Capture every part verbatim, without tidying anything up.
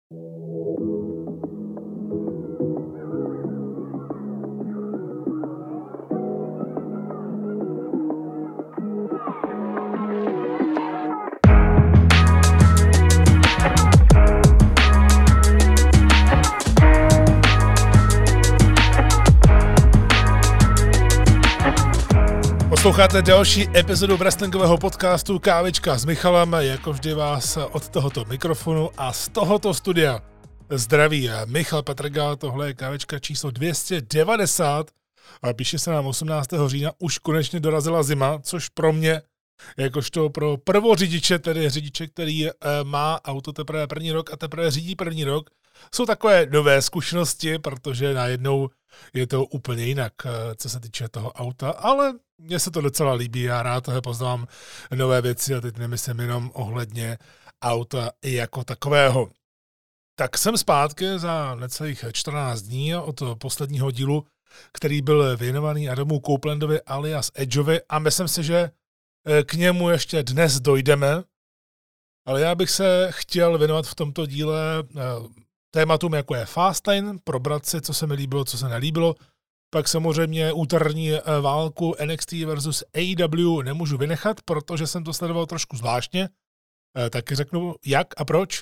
Posloucháte další epizodu wrestlingového podcastu Kávička s Michalem, jako vždy vás od tohoto mikrofonu a z tohoto studia zdraví Michal Patrgal. Tohle je Kávička číslo dvě stě devadesát a píše se nám osmnáctého října, už konečně dorazila zima, což pro mě, jakožto pro prvořidiče, tedy řidiče, který má auto teprve první rok a teprve řídí první rok, jsou takové nové zkušenosti, protože najednou je to úplně jinak, co se týče toho auta, ale mně se to docela líbí, já rád poznám nové věci a teď nemyslím jenom ohledně auta jako takového. Tak jsem zpátky za necelých čtrnáct dní od posledního dílu, který byl věnovaný Adamu Copelandovi alias Edgeovi a myslím si, že k němu ještě dnes dojdeme, ale já bych se chtěl věnovat v tomto díle tématům, jako je Fastlane, probrat si, co se mi líbilo, co se nelíbilo. Pak samozřejmě úterní válku N X T versus A E W nemůžu vynechat, protože jsem to sledoval trošku zvláštně. Taky řeknu jak a proč.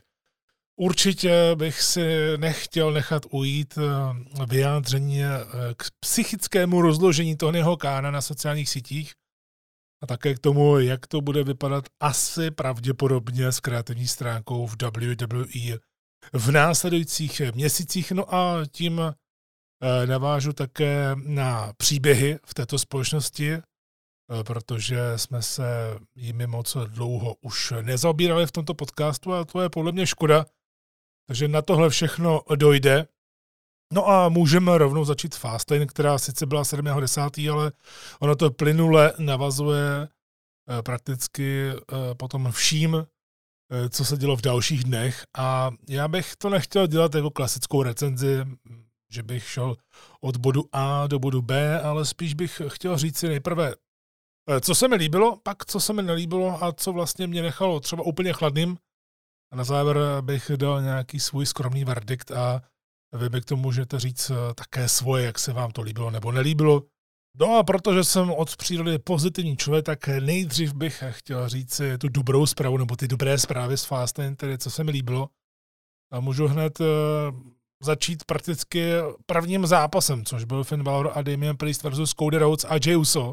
Určitě bych si nechtěl nechat ujít vyjádření k psychickému rozložení Tonyho Khana na sociálních sítích a také k tomu, jak to bude vypadat asi pravděpodobně s kreativní stránkou v W W E v následujících měsících. No a tím navážu také na příběhy v této společnosti, protože jsme se jimi moc dlouho už nezaobírali v tomto podcastu a to je podle mě škoda. Takže na tohle všechno dojde. No a můžeme rovnou začít Fastlane, která sice byla sedmého desátého ale ono to plynule navazuje prakticky potom vším, co se dělo v dalších dnech a já bych to nechtěl dělat jako klasickou recenzi, že bych šel od bodu A do bodu B, ale spíš bych chtěl říct si nejprve, co se mi líbilo, pak co se mi nelíbilo a co vlastně mě nechalo třeba úplně chladným. A na závěr bych dal nějaký svůj skromný verdikt a vy mi k tomu můžete říct také svoje, jak se vám to líbilo nebo nelíbilo. No a protože jsem od přírody pozitivní člověk, tak nejdřív bych chtěl říct si tu dobrou zprávu nebo ty dobré zprávy z Fastlane, tedy co se mi líbilo. A můžu hned začít prakticky prvním zápasem, což byl Finn Balor a Damian Priest versus Cody Rhodes a Jey Uso.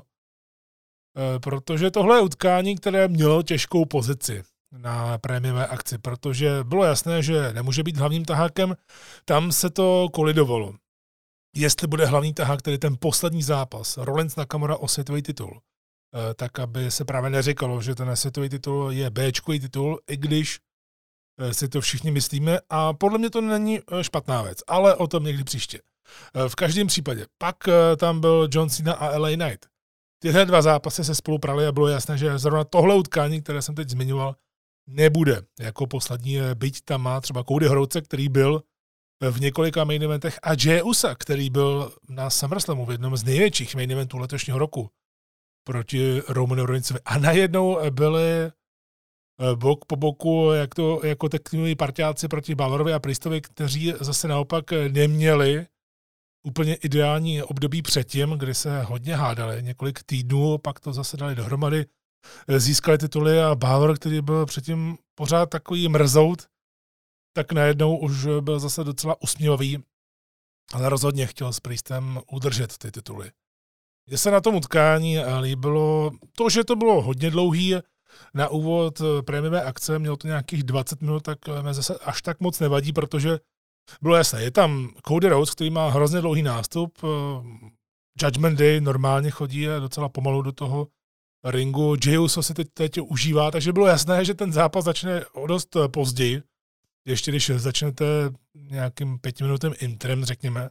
Protože tohle je utkání, které mělo těžkou pozici na prémiové akci, protože bylo jasné, že nemůže být hlavním tahákem, tam se to kolidovalo. Jestli bude hlavní tahák, tedy ten poslední zápas, Rollins Nakamura o světový titul, tak aby se právě neříkalo, že ten světový titul je béčkový titul, i když si to všichni myslíme a podle mě to není špatná věc, ale o tom někdy příště. V každém případě. Pak tam byl John Cena a L A Knight. Tyhle dva zápasy se spolu praly a bylo jasné, že zrovna tohle utkání, které jsem teď zmiňoval, nebude jako poslední, byť tam má třeba Cody Rhodese, který byl v několika main eventech a Jey Usa, který byl na SummerSlamu v jednom z největších main eventů letošního roku proti Romanu Reignsovi. A najednou byli bok po boku jak to, jako takový parťáci proti Balorovi a Priestovi, kteří zase naopak neměli úplně ideální období předtím, kdy se hodně hádali několik týdnů, pak to zase dali dohromady, získali tituly a Balor, který byl předtím pořád takový mrzout, tak najednou už byl zase docela usměvavý, ale rozhodně chtěl s Priestem udržet ty tituly. Mně se na tom utkání líbilo to, že to bylo hodně dlouhý. Na úvod prémiové akce mělo to nějakých dvacet minut, tak mě zase až tak moc nevadí, protože bylo jasné, je tam Cody Rhodes, který má hrozně dlouhý nástup, Judgment Day normálně chodí docela pomalu do toho ringu, Jey Uso si teď, teď užívá, takže bylo jasné, že ten zápas začne o dost později, ještě když začnete nějakým pětiminutovým intrem, řekněme.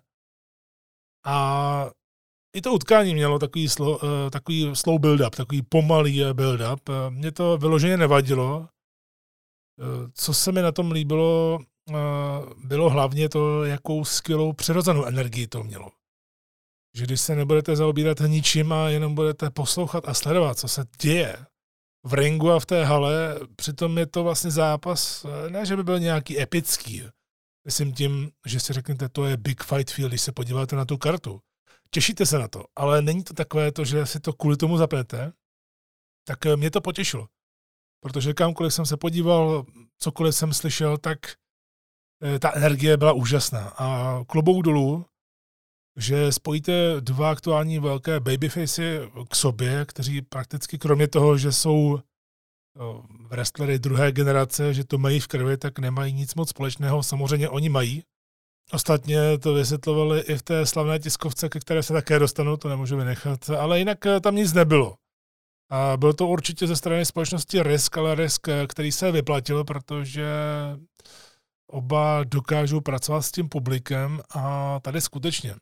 A i to utkání mělo takový slow, takový slow build-up, takový pomalý build-up. Mně to vyloženě nevadilo. Co se mi na tom líbilo, bylo hlavně to, jakou skvělou přirozenou energii to mělo. Že když se nebudete zaobírat ničím a jenom budete poslouchat a sledovat, co se děje v ringu a v té hale, přitom je to vlastně zápas, ne, že by byl nějaký epický, Myslím tím, že si řeknete, to je Big Fight Field, když se podíváte na tu kartu. Těšíte se na to, ale není to takové to, že si to kvůli tomu zapnete. Tak mě to potěšilo. Protože kamkoliv jsem se podíval, cokoliv jsem slyšel, tak ta energie byla úžasná. A klobouk dolů, že spojíte dva aktuální velké babyfacy k sobě, kteří prakticky kromě toho, že jsou wrestlery druhé generace, že to mají v krvi, tak nemají nic moc společného. Samozřejmě oni mají. Ostatně to vysvětlovali i v té slavné tiskovce, ke které se také dostanu, to nemůžu vynechat, ale jinak tam nic nebylo. A bylo to určitě ze strany společnosti Risk, ale Risk, který se vyplatil, protože oba dokážou pracovat s tím publikem a tady skutečně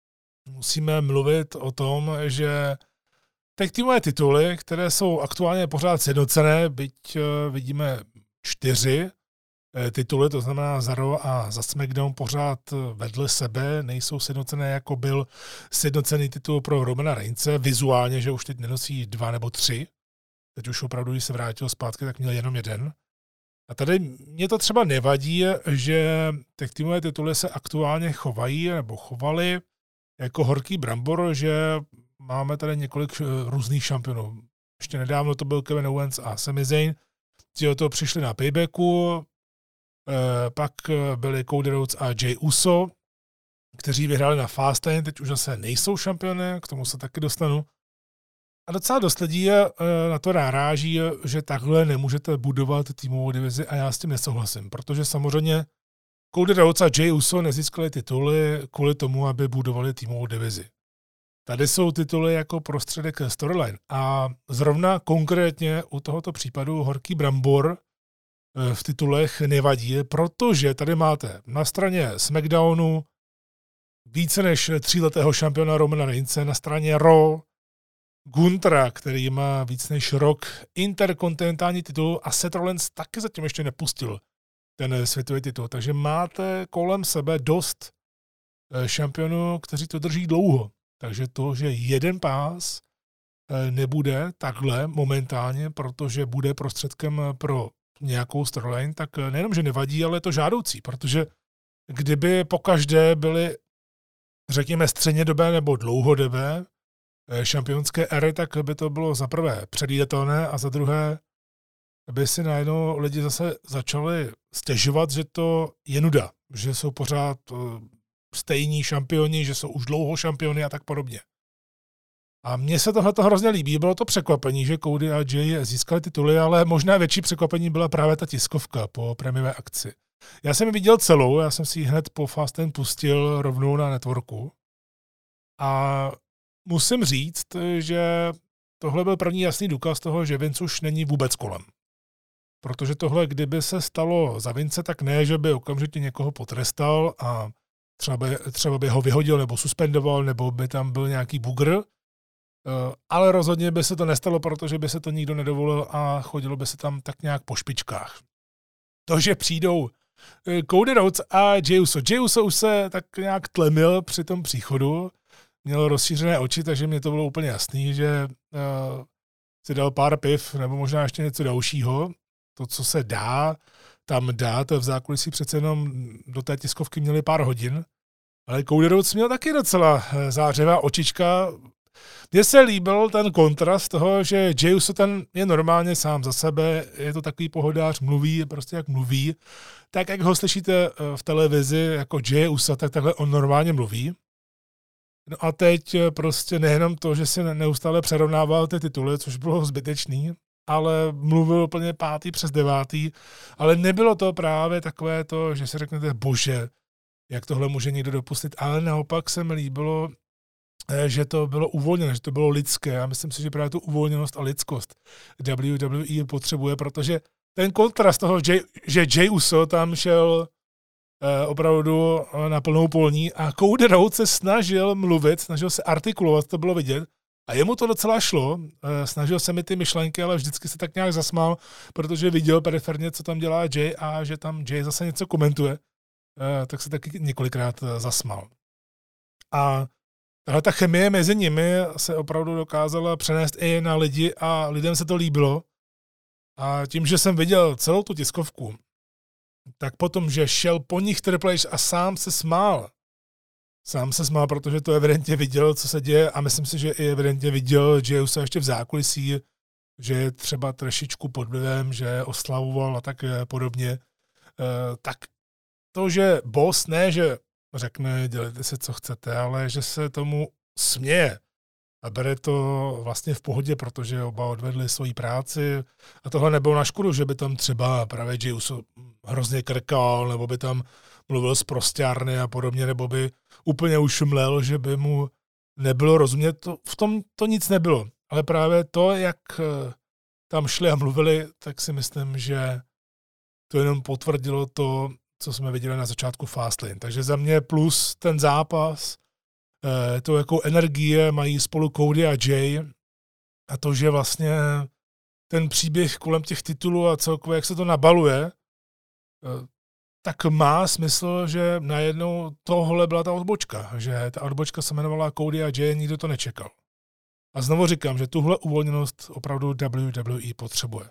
musíme mluvit o tom, že tag teamové tituly, které jsou aktuálně pořád sjednocené, byť vidíme čtyři tituly, to znamená za Raw a za SmackDown pořád vedle sebe, nejsou sjednocené, jako byl sjednocený titul pro Romana Reignse, vizuálně, že už teď nenosí dva nebo tři. Teď už opravdu, když se vrátil zpátky, tak měl jenom jeden. A tady mě to třeba nevadí, že tag teamové tituly se aktuálně chovají nebo chovaly jako horký brambor, že máme tady několik různých šampionů. Ještě nedávno to byl Kevin Owens a Sami Zayn, ti o to přišli na Paybacku, pak byli Cody Rhodes a Jey Uso, kteří vyhráli na Fastlane, teď už zase nejsou šampiony, k tomu se taky dostanu. A docela dost lidí na to naráží, že takhle nemůžete budovat týmovou divizi a já s tím nesouhlasím, protože samozřejmě Cody Rhodes a Jey Uso nezískali tituly kvůli tomu, aby budovali týmovou divizi. Tady jsou tituly jako prostředek storyline a zrovna konkrétně u tohoto případu horký brambor v titulech nevadí, protože tady máte na straně SmackDownu více než tříletého šampiona Romana Reignse, na straně Raw Guntera, který má víc než rok interkontinentální titul a Seth Rollins taky zatím ještě nepustil ten světový titul. Takže máte kolem sebe dost šampionů, kteří to drží dlouho. Takže to, že jeden pás nebude takhle momentálně, protože bude prostředkem pro nějakou storyline, tak nejenom, že nevadí, ale je to žádoucí, protože kdyby pokaždé byly, řekněme, střednědobé nebo dlouhodobé šampionské éry, tak by to bylo za prvé předvídatelné a za druhé by si najednou lidi zase začali stěžovat, že to je nuda, že jsou pořád stejní šampioni, že jsou už dlouho šampiony a tak podobně. A mně se tohle hrozně líbí, bylo to překvapení, že Cody a Jey získali tituly, ale možná větší překvapení byla právě ta tiskovka po prémiové akci. Já jsem ji viděl celou, já jsem si ji hned po Fastlane pustil rovnou na networku a musím říct, že tohle byl první jasný důkaz toho, že Vince už není vůbec kolem. Protože tohle, kdyby se stalo za Vince, tak ne, že by okamžitě někoho potrestal a třeba by, třeba by ho vyhodil nebo suspendoval, nebo by tam byl nějaký bugr, ale rozhodně by se to nestalo, protože by se to nikdo nedovolil a chodilo by se tam tak nějak po špičkách. To, že přijdou Cody Rhodes a Jey Uso. Jey Uso už se tak nějak tlemil při tom příchodu, měl rozšířené oči, takže mě to bylo úplně jasný, že uh, si dal pár piv nebo možná ještě něco dalšího. To, co se dá tam dát, v zákulisí přece jenom do té tiskovky měli pár hodin, ale Cody Rhodes měl taky docela zářivá očička. Mně se líbil ten kontrast toho, že Jey Uso ten je normálně sám za sebe, je to takový pohodář, mluví prostě jak mluví, tak jak ho slyšíte v televizi jako Jey Uso, tak takhle on normálně mluví. No a teď prostě nejenom to, že si neustále přerovnával ty tituly, což bylo zbytečný, ale mluvil úplně pátý přes devátý, ale nebylo to právě takové to, že si řeknete, bože, jak tohle může někdo dopustit, ale naopak se mi líbilo, že to bylo uvolněné, že to bylo lidské. Já myslím si, že právě tu uvolněnost a lidskost W W E potřebuje, protože ten kontrast toho, že Jey Uso tam šel opravdu na plnou polní a Cody Rhodes se snažil mluvit, snažil se artikulovat, to bylo vidět a jemu to docela šlo, snažil se mi ty myšlenky, ale vždycky se tak nějak zasmál, protože viděl periferně, co tam dělá Jey a že tam Jey zase něco komentuje, tak se taky několikrát zasmál. A tahle ta chemie mezi nimi se opravdu dokázala přenést i na lidi a lidem se to líbilo. A tím, že jsem viděl celou tu tiskovku, tak potom, že šel po nich Triple H a sám se smál. Sám se smál, protože to evidentně viděl, co se děje a myslím si, že i evidentně viděl, že už se ještě v zákulisí, že je třeba trošičku pod vlivem, že oslavoval a tak podobně. Tak to, že boss ne, že řekne, dělejte si, co chcete, ale že se tomu směje a bere to vlastně v pohodě, protože oba odvedli svoji práci a tohle nebylo na škodu, že by tam třeba právě Jey Uso hrozně krkal, nebo by tam mluvil z prostěrny a podobně, nebo by úplně už mlel, že by mu nebylo rozumět. To, v tom to nic nebylo. Ale právě to, jak tam šli a mluvili, tak si myslím, že to jenom potvrdilo to, co jsme viděli na začátku Fastlane. Takže za mě plus ten zápas, to, jakou energie mají spolu Cody a Jay a to, že vlastně ten příběh kolem těch titulů a celkově, jak se to nabaluje, tak má smysl, že najednou tohle byla ta odbočka, že ta odbočka se jmenovala Cody a Jay, nikdo to nečekal. A znovu říkám, že tuhle uvolněnost opravdu W W E potřebuje.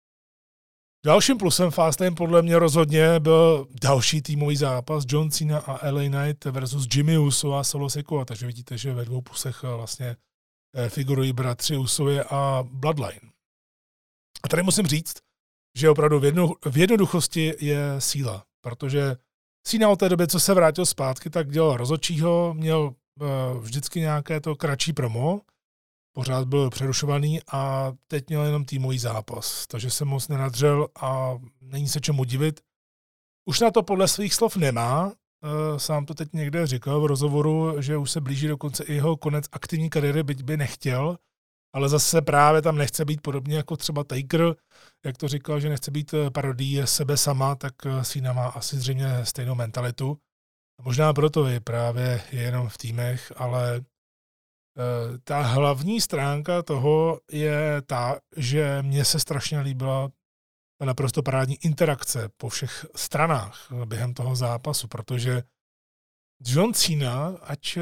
Dalším plusem Fastlane podle mě rozhodně byl další týmový zápas John Cena a L A Knight versus Jimmy Uso a Solo Sikoa, takže vidíte, že ve dvou pusech vlastně figurují bratři Usovi a Bloodline. A tady musím říct, že opravdu v, jedno, v jednoduchosti je síla, protože Cena od té doby, co se vrátil zpátky, tak dělal rozhodčího, měl uh, vždycky nějaké to kratší promo, pořád byl přerušovaný a teď měl jenom týmový zápas, takže se moc nenadřel a není se čemu divit. Už na to podle svých slov nemá, sám to teď někde říkal v rozhovoru, že už se blíží dokonce i jeho konec aktivní kariéry, byť by nechtěl, ale zase právě tam nechce být podobně jako třeba Taker, jak to říkal, že nechce být parodií sebe sama, tak Cena má asi zřejmě stejnou mentalitu. Možná proto je právě jenom v týmech, ale ta hlavní stránka toho je ta, že mně se strašně líbila ta naprosto parádní interakce po všech stranách během toho zápasu, protože John Cena, ať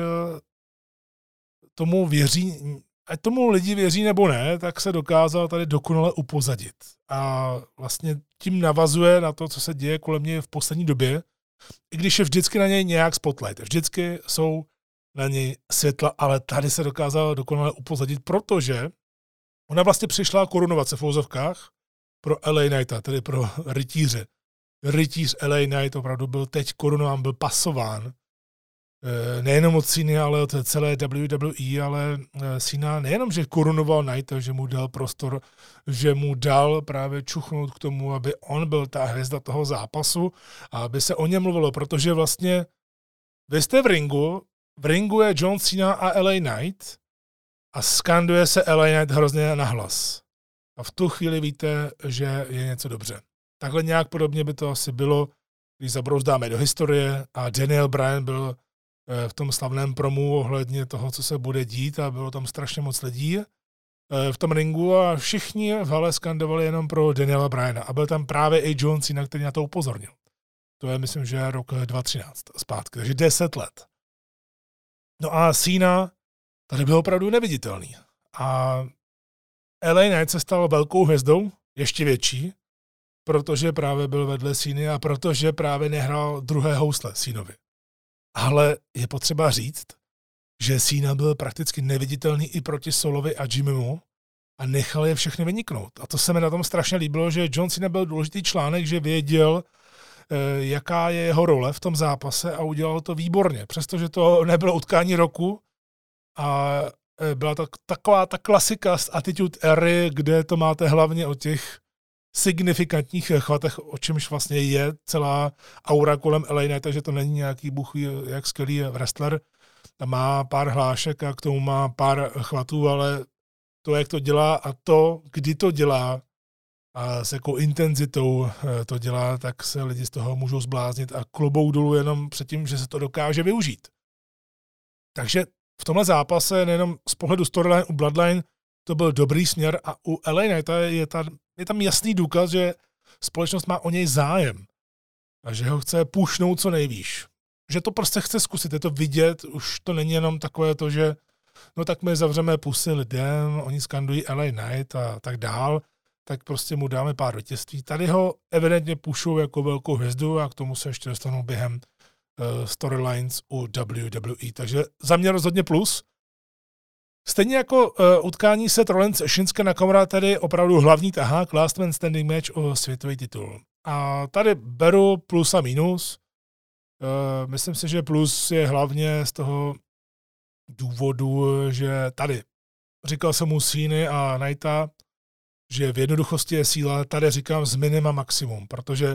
tomu věří, ať tomu lidi věří nebo ne, tak se dokázal tady dokonale upozadit. A vlastně tím navazuje na to, co se děje kolem něj v poslední době, i když je vždycky na něj nějak spotlight. Vždycky jsou na něj světla, ale tady se dokázala dokonale upozadit, protože ona vlastně přišla korunovat se v úzovkách pro L A Knighta, tedy pro rytíře. Rytíř L A Knight opravdu byl teď korunován, byl pasován. Nejenom od Ceny, ale od celé W W E, ale Cena nejenom, že korunoval Knighta, že mu dal prostor, že mu dal právě čuchnout k tomu, aby on byl ta hvězda toho zápasu a aby se o něm mluvilo, protože vlastně vy jste v ringu, v ringu je John Cena a L A Knight a skanduje se L A Knight hrozně nahlas. A v tu chvíli víte, že je něco dobře. Takhle nějak podobně by to asi bylo, když zabrouzdáme do historie a Daniel Bryan byl v tom slavném promu ohledně toho, co se bude dít a bylo tam strašně moc lidí v tom ringu a všichni v hale skandovali jenom pro Daniela Bryana a byl tam právě i John Cena, který na to upozornil. To je, myslím, že rok dva tisíce třináct zpátky, takže deset let. No a Cena tady byl opravdu neviditelný. A L A Knight se stal velkou hvězdou, ještě větší, protože právě byl vedle Ceny a protože právě nehrál druhé housle Cenovi. Ale je potřeba říct, že Cena byl prakticky neviditelný i proti Solovi a Jimmymu a nechal je všechny vyniknout. A to se mi na tom strašně líbilo, že John Cena byl důležitý článek, že věděl, jaká je jeho role v tom zápase a udělal to výborně. Přestože to nebylo utkání roku a byla to taková ta klasika z Attitude Ery, kde to máte hlavně o těch signifikantních chvatech, o čemž vlastně je celá aura kolem L A Knight, takže to není nějaký bůh jak skvělý wrestler. Má pár hlášek a k tomu má pár chvatů, ale to, jak to dělá a to, kdy to dělá a s jakou intenzitou to dělá, tak se lidi z toho můžou zbláznit a klobou dolů jenom před tím, že se to dokáže využít. Takže v tomhle zápase nejenom z pohledu storyline u Bloodline to byl dobrý směr a u L A Knighta je, ta, je tam jasný důkaz, že společnost má o něj zájem a že ho chce pušnout co nejvíš. Že to prostě chce zkusit, je to vidět, už to není jenom takové to, že no tak my zavřeme pusy lidem, oni skandují L A Knight a tak dál. tak prostě mu dáme pár vítězství. Tady ho evidentně pušou jako velkou hvězdu a k tomu se ještě dostanou během uh, storylines u W W E. Takže za mě rozhodně plus. Stejně jako uh, utkání Seth Rollins, Shinsuke Nakamura, tady opravdu hlavní tahák, last man standing match o světový titul. A tady beru plus a minus. Uh, myslím si, že plus je hlavně z toho důvodu, že tady říkal jsem mu Ceny a Knighta, že v jednoduchosti je síla, tady říkám z minima maximum, protože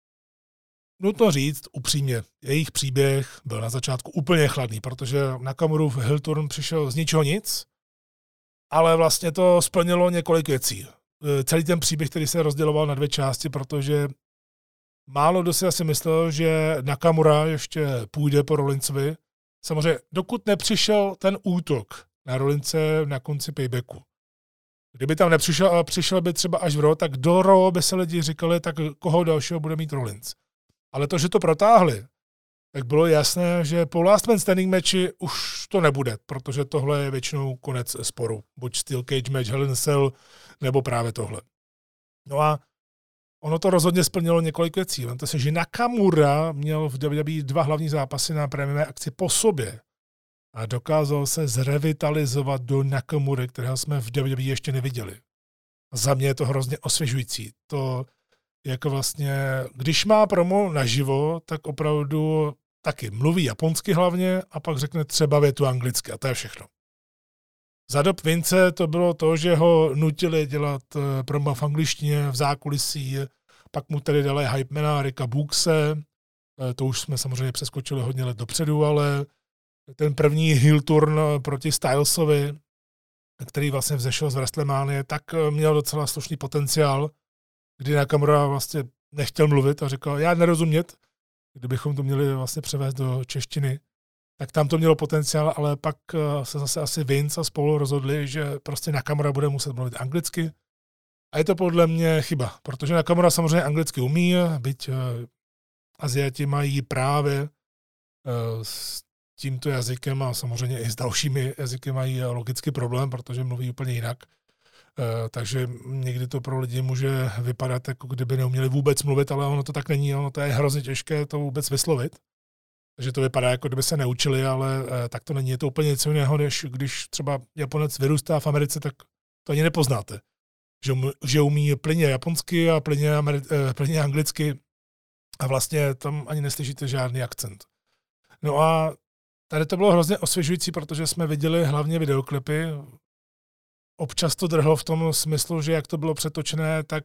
nutno říct upřímně, jejich příběh byl na začátku úplně chladný, protože Nakamurův heel turn přišel z ničeho nic, ale vlastně to splnilo několik věcí. Celý ten příběh, který se rozděloval na dvě části, protože málo kdo si asi myslel, že Nakamura ještě půjde po Rollinsovi. Samozřejmě, dokud nepřišel ten útok na Rollince na konci paybacku. Kdyby tam nepřišel, ale přišel by třeba až v Raw, tak do Raw by se lidi říkali, tak koho dalšího bude mít Rollins. Ale to, že to protáhli, tak bylo jasné, že po last man standing matchi už to nebude, protože tohle je většinou konec sporu. Buď Steel Cage match, Hell in a Cell, nebo právě tohle. No a ono to rozhodně splnilo několik věcí. Vemte si, že Nakamura měl v W W E dva hlavní zápasy na prémiové akci po sobě a dokázal se zrevitalizovat do Nakamury, kterého jsme v W W E ještě neviděli. A za mě je to hrozně osvěžující. To jako vlastně, když má promo naživo, tak opravdu taky mluví japonsky hlavně a pak řekne třeba větu anglicky a to je všechno. Za dob Vince to bylo to, že ho nutili dělat promo v angličtině v zákulisí, pak mu tady dali hypemana Ricka Bookse, to už jsme samozřejmě přeskočili hodně let dopředu, ale ten první heel turn proti Stylesovi, který vlastně vzešel z WrestleMania, tak měl docela slušný potenciál, kdy Nakamura vlastně nechtěl mluvit a říkal, já nerozumět, kdybychom to měli vlastně převést do češtiny, tak tam to mělo potenciál, ale pak se zase asi Vince a spolu rozhodli, že prostě Nakamura bude muset mluvit anglicky. A je to podle mě chyba, protože Nakamura samozřejmě anglicky umí, byť Aziati mají právě s tímto jazykem a samozřejmě i s dalšími jazyky mají logický problém, protože mluví úplně jinak. Takže někdy to pro lidi může vypadat, jako kdyby neuměli vůbec mluvit, ale ono to tak není, ono to je hrozně těžké to vůbec vyslovit. Takže to vypadá, jako kdyby se neučili, ale tak to není. Je to úplně něco jiného, než když třeba Japonec vyrůstá v Americe, tak to ani nepoznáte. Že, že umí plyně japonsky a plyně, Ameri- plyně anglicky a vlastně tam ani neslyšíte žádný akcent. No a tady to bylo hrozně osvěžující, protože jsme viděli hlavně videoklipy. Občas to drhlo v tom smyslu, že jak to bylo přetočené, tak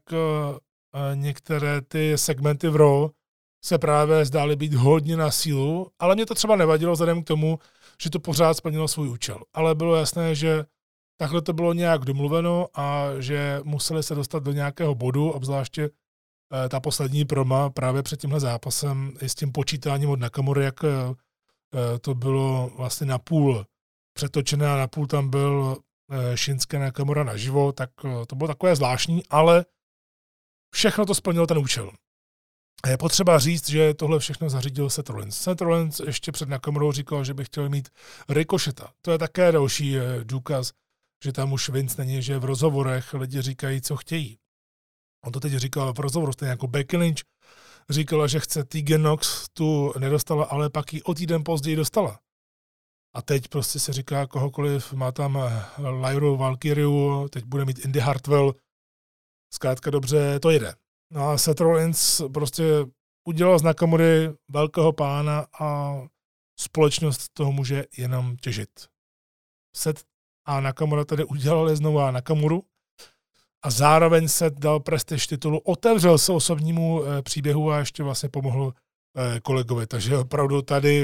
některé ty segmenty v Raw se právě zdály být hodně na sílu, ale mě to třeba nevadilo vzhledem k tomu, že to pořád splnilo svůj účel. Ale bylo jasné, že takhle to bylo nějak domluveno a že museli se dostat do nějakého bodu, obzvláště ta poslední proma právě před tímhle zápasem i s tím počítáním od Nakamury, jak to bylo vlastně napůl přetočené a napůl tam byl Shinsuke Nakamura naživo, tak to bylo takové zvláštní, ale všechno to splnilo ten účel. A je potřeba říct, že tohle všechno zařídil Seth Rollins. Seth Rollins ještě před Nakamurou říkal, že by chtěl mít Ricoccheta. To je také další důkaz, že tam už Vince není, že v rozhovorech lidi říkají, co chtějí. On to teď říkal v rozhovoru, stejně jako Becky Lynch říkala, že chce Tegan Nox, tu nedostala, ale pak ji o týden později dostala. A teď prostě se říká kohokoliv, má tam Lyru Valkyriu, teď bude mít Indy Hartwell, zkrátka dobře, to jede. No a Seth Rollins prostě udělal z Nakamury velkého pána a společnost toho může jenom těžit. Seth a Nakamura tedy udělali znovu Nakamuru a zároveň Seth dal prestiž titulu, otevřel se osobnímu příběhu a ještě vlastně pomohl kolegovi. Takže opravdu tady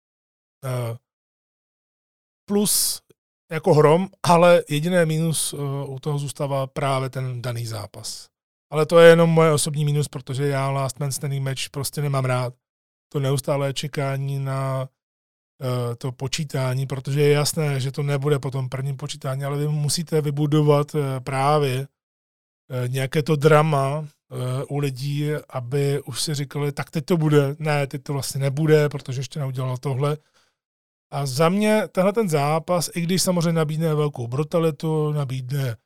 plus jako hrom, ale jediné mínus u toho zůstává právě ten daný zápas. Ale to je jenom moje osobní mínus, protože já last man standing match prostě nemám rád. To neustálé čekání na uh, to počítání, protože je jasné, že to nebude po tom prvním počítání, ale vy musíte vybudovat uh, právě uh, nějaké to drama uh, u lidí, aby už si říkali, tak teď to bude. Ne, teď to vlastně nebude, protože ještě neudělal tohle. A za mě tenhle ten zápas, i když samozřejmě nabídne velkou brutalitu, nabídne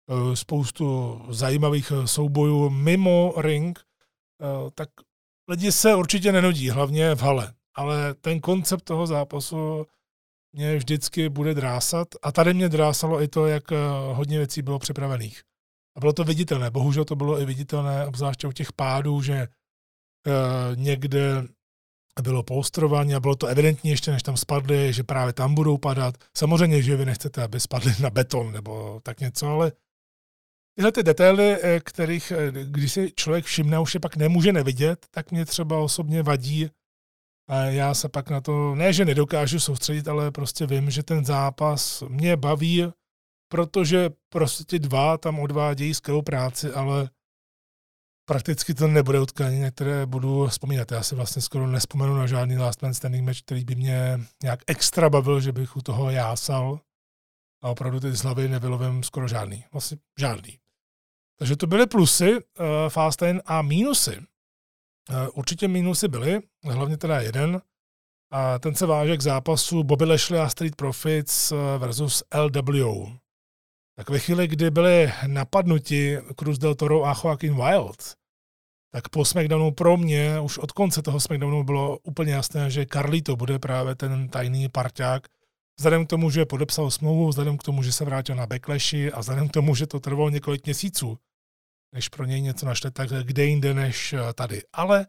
spoustu zajímavých soubojů mimo ring, tak lidi se určitě nenudí, hlavně v hale. Ale ten koncept toho zápasu mě vždycky bude drásat. A tady mě drásalo i to, jak hodně věcí bylo připravených. A bylo to viditelné. Bohužel to bylo i viditelné, obzvláště u těch pádů, že uh, někde bylo polstrování a bylo to evidentní ještě, než tam spadly, že právě tam budou padat. Samozřejmě, že vy nechcete, aby spadly na beton nebo tak něco, ale tyhle ty detaily, kterých, když si člověk všimne, už je pak nemůže nevidět, tak mě třeba osobně vadí. A já se pak na to, ne, že nedokážu soustředit, ale prostě vím, že ten zápas mě baví, protože prostě ti dva tam odvádějí skvělou práci, ale prakticky to nebude utkání, na které budu vzpomínat. Já si vlastně skoro nespomenu na žádný last man standing match, který by mě nějak extra bavil, že bych u toho jásal. A opravdu ty z hlavy nevylovím skoro žádný. Vlastně žádný. Takže to byly plusy uh, Fast Lane a mínusy. Uh, určitě mínusy byly, hlavně teda jeden. A ten se váže k zápasu Bobby Lashley a Street Profits versus L W O. Tak ve chvíli, kdy byli napadnuti Cruz del Toro a Joaquin Wild, tak po SmackDownu pro mě, už od konce toho SmackDownu bylo úplně jasné, že Carlito bude právě ten tajný parťák. Vzhledem k tomu, že podepsal smlouvu, vzhledem k tomu, že se vrátil na Backlashi a vzhledem k tomu, že to trvalo několik měsíců, než pro něj něco našli, tak kde jinde než tady. Ale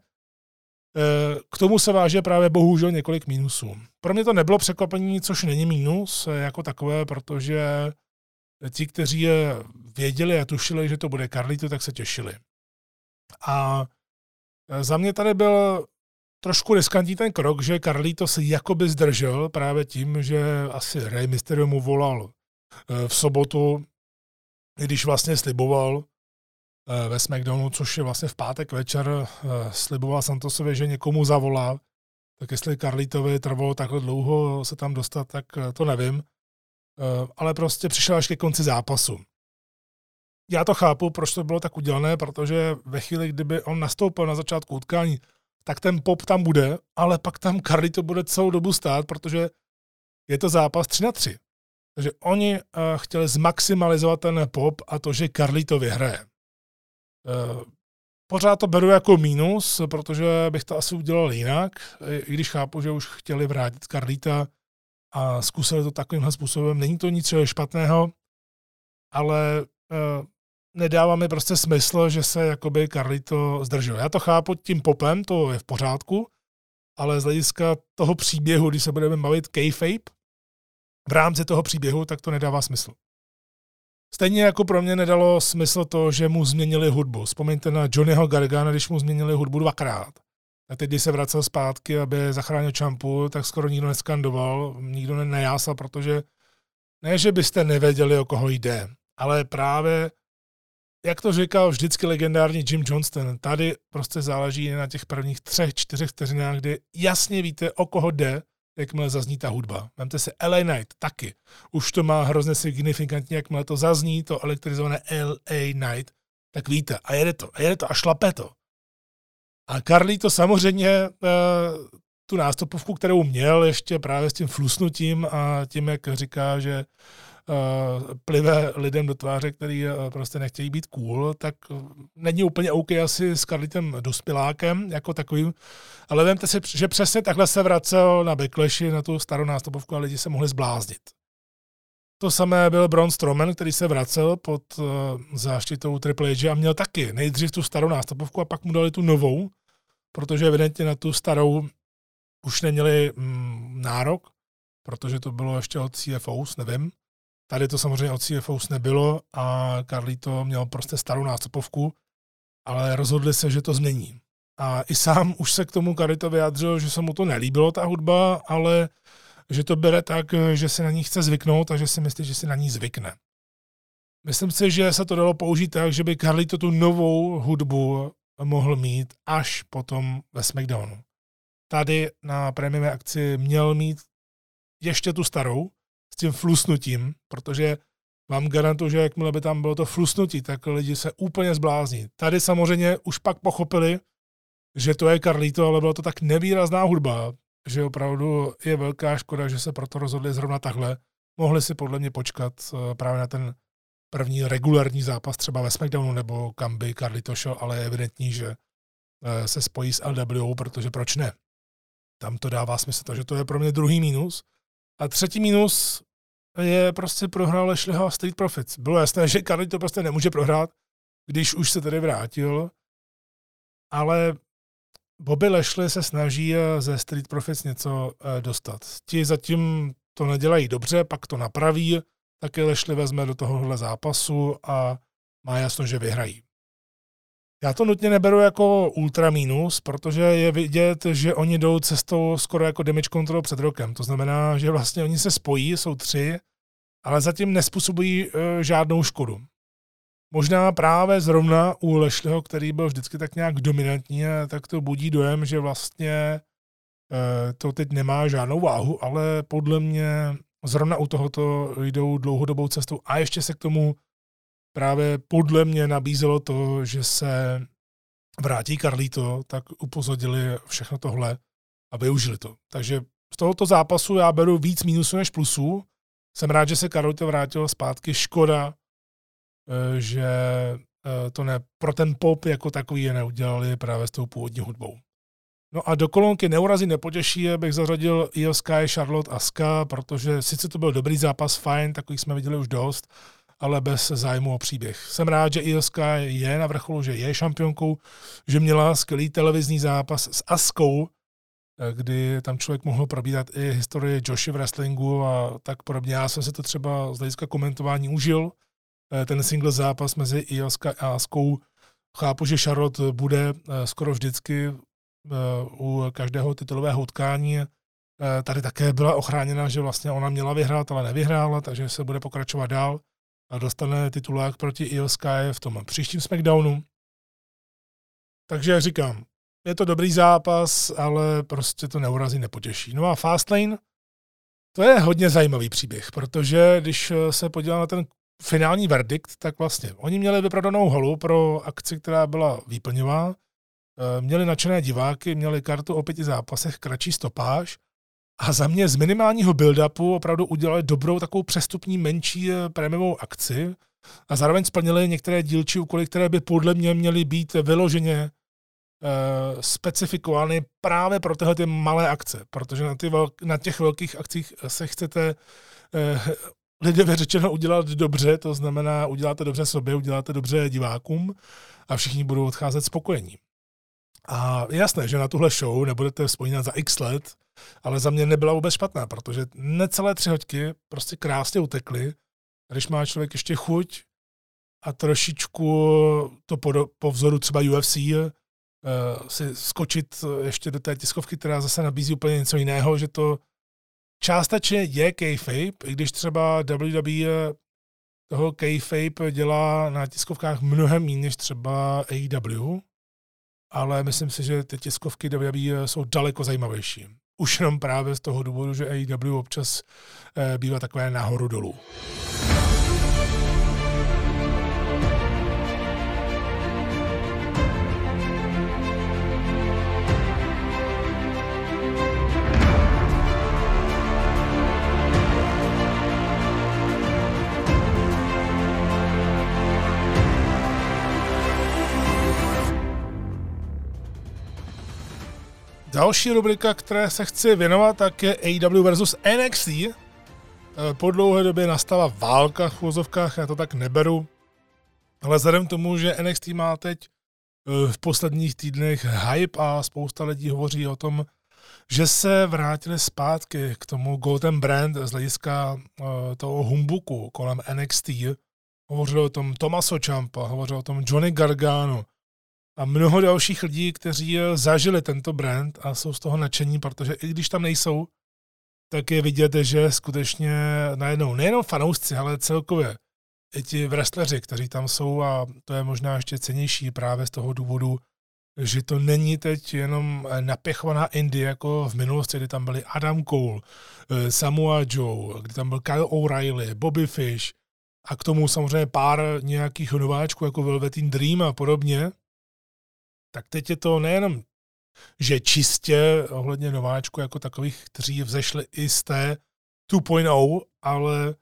k tomu se váže právě bohužel několik mínusů. Pro mě to nebylo překvapení, což není mínus jako takové, protože ti, kteří je věděli a tušili, že to bude Carlito, tak se těšili. A za mě tady byl trošku riskantní ten krok, že Carlito se jakoby zdržel právě tím, že asi Rey Mysterio mu volal v sobotu, když vlastně sliboval ve SmackDownu, což je vlastně v pátek večer, sliboval Santosovi, že někomu zavolá, tak jestli Carlitovi trvalo takhle dlouho se tam dostat, tak to nevím. Ale prostě přišel až ke konci zápasu. Já to chápu, proč to bylo tak udělané, protože ve chvíli, kdyby on nastoupil na začátku utkání, tak ten pop tam bude, ale pak tam Carlito bude celou dobu stát, protože je to zápas tři na tři. Takže oni uh, chtěli zmaximalizovat ten pop a to, že Carlito vyhraje. Uh, pořád to beru jako mínus, protože bych to asi udělal jinak, i když chápu, že už chtěli vrátit Carlita a zkusili to takovýmhle způsobem. Není to nic špatného, ale uh, nedává mi prostě smysl, že se jakoby Carlito zdržel. Já to chápu tím popem, to je v pořádku, ale z hlediska toho příběhu, když se budeme bavit kayfabe, v rámci toho příběhu, tak to nedává smysl. Stejně jako pro mě nedalo smysl to, že mu změnili hudbu. Vzpomeňte na Johnnyho Gargana, když mu změnili hudbu dvakrát. A teď, když se vracel zpátky, aby zachránil Ciampu, tak skoro nikdo neskandoval, nikdo nejásal, protože ne, že byste nevěděli, o koho jde, ale právě, jak to říkal vždycky legendární Jim Johnston, tady prostě záleží na těch prvních třech, čtyřech vteřinách, kdy jasně víte, o koho jde, jakmile zazní ta hudba. Vemte si L A Knight taky. Už to má hrozně signifikantně, jakmile to zazní, to elektrizované L A Knight, tak víte. A jede to, a jede to, a šlape to. A Carlito samozřejmě tu nástupovku, kterou měl ještě právě s tím flusnutím a tím, jak říká, že plive lidem do tváře, který prostě nechtějí být cool, tak není úplně OK asi s Carlitem dospělákem jako takovým, ale vemte si, že přesně takhle se vracel na Backlashi, na tu starou nástupovku a lidi se mohli zbláznit. To samé byl Braun Strowman, který se vracel pod záštitou Triple H a měl taky nejdřív tu starou nástupovku a pak mu dali tu novou, protože evidentně na tu starou už neměli mm, nárok, protože to bylo ještě od C F Os, nevím. Tady to samozřejmě od C F Os nebylo a Carlito měl prostě starou nástupovku, ale rozhodli se, že to změní. A i sám už se k tomu Carlito vyjádřil, že se mu to nelíbilo, ta hudba, ale že to bere tak, že si na ní chce zvyknout a že si myslí, že si na ní zvykne. Myslím si, že se to dalo použít tak, že by Carlito tu novou hudbu mohl mít až potom ve SmackDownu. Tady na prémiové akci měl mít ještě tu starou s tím flusnutím, protože vám garantuju, že jakmile by tam bylo to flusnutí, tak lidi se úplně zblázní. Tady samozřejmě už pak pochopili, že to je Carlito, ale byla to tak nevýrazná hudba, že opravdu je velká škoda, že se proto rozhodli zrovna takhle. Mohli si podle mě počkat právě na ten první regulární zápas třeba ve SmackDownu, nebo kam by Carlito šel, ale je evidentní, že se spojí s L W, protože proč ne? Tam to dává smysl, takže to je pro mě druhý mínus. A třetí mínus je prostě prohrál Lashleyho a Street Profits. Bylo jasné, že Carlito prostě nemůže prohrát, když už se tedy vrátil, ale Bobby Lashley se snaží ze Street Profits něco dostat. Ti zatím to nedělají dobře, pak to napraví, taky Lashley vezme do tohohle zápasu a má jasno, že vyhrají. Já to nutně neberu jako ultra mínus, protože je vidět, že oni jdou cestou skoro jako damage control před rokem. To znamená, že vlastně oni se spojí, jsou tři, ale zatím nespůsobují e, žádnou škodu. Možná právě zrovna u Lashleyho, který byl vždycky tak nějak dominantní, tak to budí dojem, že vlastně e, to teď nemá žádnou váhu, ale podle mě zrovna u tohoto jdou dlouhodobou cestou a ještě se k tomu právě podle mě nabízelo to, že se vrátí Carlito, tak upozornili všechno tohle a využili to. Takže z tohoto zápasu já beru víc mínusů než plusů. Jsem rád, že se Carlito vrátil zpátky. Škoda, že to ne, pro ten pop jako takový je neudělali právě s tou původní hudbou. No a do kolonky neurazí nepotěší, bych zařadil Io Sky, Charlotte, Asuka, protože sice to byl dobrý zápas, fajn, takový jsme viděli už dost, ale bez zájmu o příběh. Jsem rád, že Io Sky je na vrcholu, že je šampionkou, že měla skvělý televizní zápas s Askou, kdy tam člověk mohl probírat i historii Joshi v wrestlingu a tak podobně. Já jsem si to třeba z hlediska komentování užil, ten single zápas mezi Io Sky a Askou. Chápu, že Charlotte bude skoro vždycky u každého titulového utkání. Tady také byla ochráněna, že vlastně ona měla vyhrát, ale nevyhrála, takže se bude pokračovat dál a dostane titulák proti Io Sky v tom příštím SmackDownu. Takže jak říkám, je to dobrý zápas, ale prostě to neurazí, nepotěší. No a Fastlane, to je hodně zajímavý příběh, protože když se podívám na ten finální verdikt, tak vlastně oni měli vyprodanou halu pro akci, která byla výplňová, měli nadšené diváky, měli kartu o pěti zápasech, kratší stopáž a za mě z minimálního build-upu opravdu udělali dobrou takovou přestupní menší prémiovou akci a zároveň splnili některé dílčí úkoly, které by podle mě měly být vyloženě uh, specifikovány právě pro tyhle ty malé akce, protože na, ty velk, na těch velkých akcích se chcete uh, lidově řečeno udělat dobře, to znamená uděláte dobře sobě, uděláte dobře divákům a všichni budou odcházet spokojení. A je jasné, že na tuhle show nebudete vzpomínat za x let, ale za mě nebyla vůbec špatná, protože necelé tři hoďky prostě krásně utekly. Když má člověk ještě chuť a trošičku to po, po vzoru třeba U F C uh, si skočit ještě do té tiskovky, která zase nabízí úplně něco jiného, že to částečně je kayfabe, i když třeba W W E toho kayfabe dělá na tiskovkách mnohem méně než třeba A E W, ale myslím si, že ty tiskovky W W E jsou daleko zajímavější. Už jenom právě z toho důvodu, že A E W občas eh, bývá takové nahoru dolů. Další rubrika, které se chci věnovat, tak je A E W versus N X T. Po dlouhé době nastala válka v uvozovkách, já to tak neberu, ale vzhledem k tomu, že N X T má teď v posledních týdnech hype a spousta lidí hovoří o tom, že se vrátili zpátky k tomu Golden Brand z hlediska toho humbuku kolem N X T. Hovořil o tom Tommaso Ciampa, hovořil o tom Johnny Gargano a mnoho dalších lidí, kteří zažili tento brand a jsou z toho nadšení, protože i když tam nejsou, tak je vidět, že skutečně najednou nejenom fanoušci, ale celkově i ti wrestleri, kteří tam jsou, a to je možná ještě cennější právě z toho důvodu, že to není teď jenom napěchovaná indie jako v minulosti, kdy tam byli Adam Cole, Samoa Joe, kdy tam byl Kyle O'Reilly, Bobby Fish a k tomu samozřejmě pár nějakých nováčků jako Velveteen Dream a podobně. Tak teď je to nejenom, že čistě ohledně nováčku jako takových, kteří vzešli i z té dva tečka nula, ale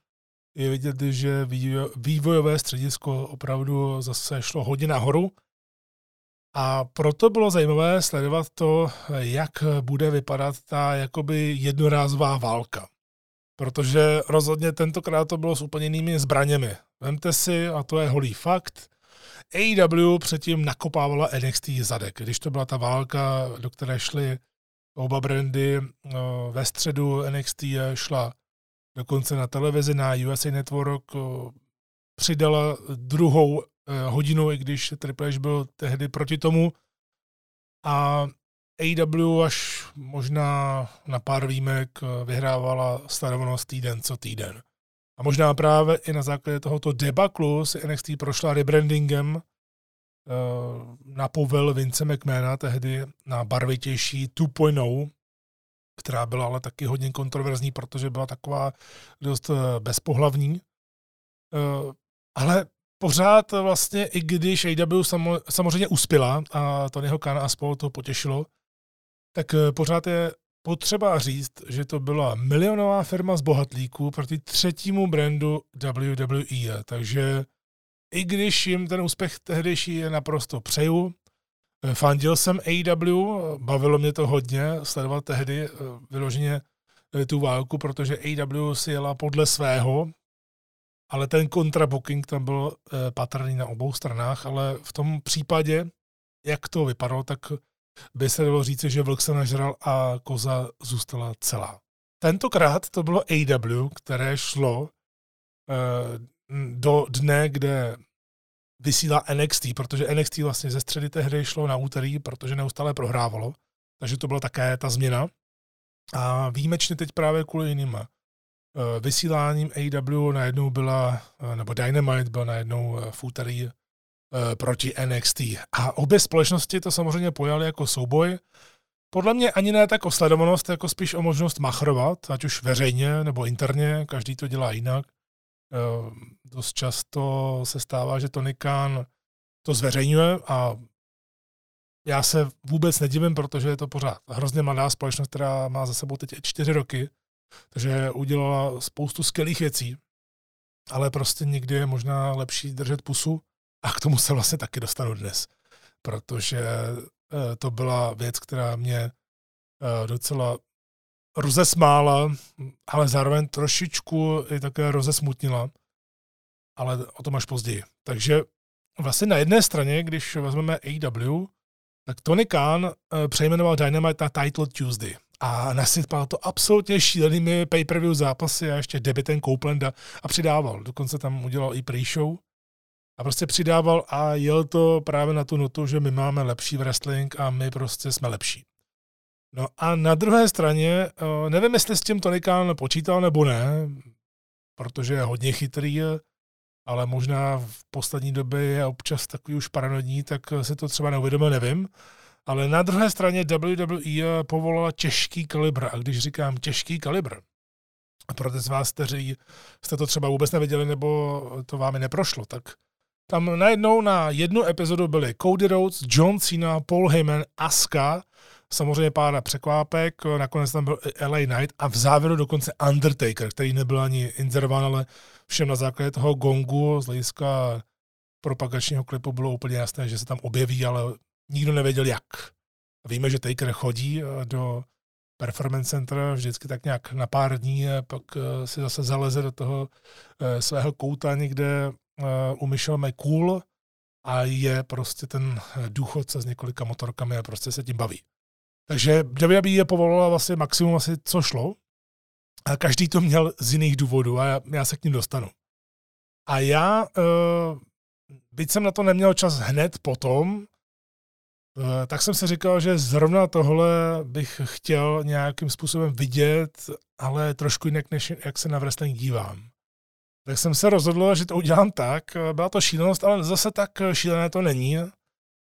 je vidět, že vývojové středisko opravdu zase šlo hodně nahoru. A proto bylo zajímavé sledovat to, jak bude vypadat ta jakoby jednorázová válka. Protože rozhodně tentokrát to bylo s úplně jinými zbraněmi. Vemte si, a to je holý fakt, A E W předtím nakopávala N X T zadek. Když to byla ta válka, do které šly oba brandy, ve středu N X T šla dokonce na televizi, na U S A Network, přidala druhou hodinu, i když Triple H byl tehdy proti tomu. A A E W až možná na pár výjimek vyhrávala sledovanost týden co týden. A možná právě i na základě tohoto debaklu si N X T prošla rebrandingem na povel Vince McMahona, tehdy na barvitější dva tečka nula, která byla ale taky hodně kontroverzní, protože byla taková dost bezpohlavní. Ale pořád vlastně, i když A E W samo, samozřejmě uspěla a Tonyho Khana a spolu to potěšilo, tak pořád je potřeba říct, že to byla milionová firma z bohatlíků proti třetímu brandu W W E. Takže i když jim ten úspěch tehdejší je naprosto přeju, fandil jsem A E W, bavilo mě to hodně sledovat tehdy vyloženě tu válku, protože A E W si jela podle svého, ale ten kontrabooking tam byl patrný na obou stranách, ale v tom případě, jak to vypadalo, tak by se dalo říci, že vlk se nažral a koza zůstala celá. Tentokrát to bylo A E W, které šlo do dne, kde vysílá N X T, protože N X T vlastně ze středy tehdy šlo na úterý, protože neustále prohrávalo, takže to byla také ta změna. A výjimečně teď právě kvůli jiným vysíláním A E W najednou byla, nebo Dynamite byl najednou v úterý proti N X T. A obě společnosti to samozřejmě pojaly jako souboj. Podle mě ani ne tak o sledovanost, jako spíš o možnost machrovat, ať už veřejně nebo interně, každý to dělá jinak. Dost často se stává, že Tony Khan to zveřejňuje a já se vůbec nedivím, protože je to pořád hrozně mladá společnost, která má za sebou teď čtyři roky, takže udělala spoustu skvělých věcí, ale prostě někdy je možná lepší držet pusu a k tomu se vlastně taky dostanu dnes, protože to byla věc, která mě docela rozesmála, ale zároveň trošičku i také rozesmutnila, ale o tom až později. Takže vlastně na jedné straně, když vezmeme A E W, tak Tony Khan přejmenoval Dynamite na Title Tuesday a nasypal to absolutně šílenými pay-per-view zápasy a ještě debutem Coplanda a přidával. Dokonce tam udělal i pre-show a prostě přidával a jel to právě na tu notu, že my máme lepší wrestling a my prostě jsme lepší. No a na druhé straně, nevím, jestli s tím Tony Khan počítal nebo ne, protože je hodně chytrý, ale možná v poslední době je občas takový už paranoidní, tak si to třeba neuvědomil, nevím. Ale na druhé straně W W E povolala těžký kalibr. A když říkám těžký kalibr, pro ty z vás, kteří jste to třeba vůbec neviděli nebo to vám neprošlo, tak tam najednou na jednu epizodu byli Cody Rhodes, John Cena, Paul Heyman, Asuka, samozřejmě pár překvápek, nakonec tam byl L A Knight a v závěru dokonce Undertaker, který nebyl ani inzerován, ale všem na základě toho gongu z hlediska propagačního klipu bylo úplně jasné, že se tam objeví, ale nikdo nevěděl jak. Víme, že Taker chodí do Performance Center vždycky tak nějak na pár dní, pak si zase zaleze do toho svého kouta někde u Michelle McCool a je prostě ten důchodce s několika motorkami a prostě se tím baví. Takže W W E je povolila vlastně maximum asi, co šlo. A každý to měl z jiných důvodů a já, já se k ním dostanu. A já, uh, byť jsem na to neměl čas hned potom, uh, tak jsem si říkal, že zrovna tohle bych chtěl nějakým způsobem vidět, ale trošku jinak, než jak se na wrestling dívám. Tak jsem se rozhodl, že to udělám tak. Byla to šílenost, ale zase tak šílené to není. Uh,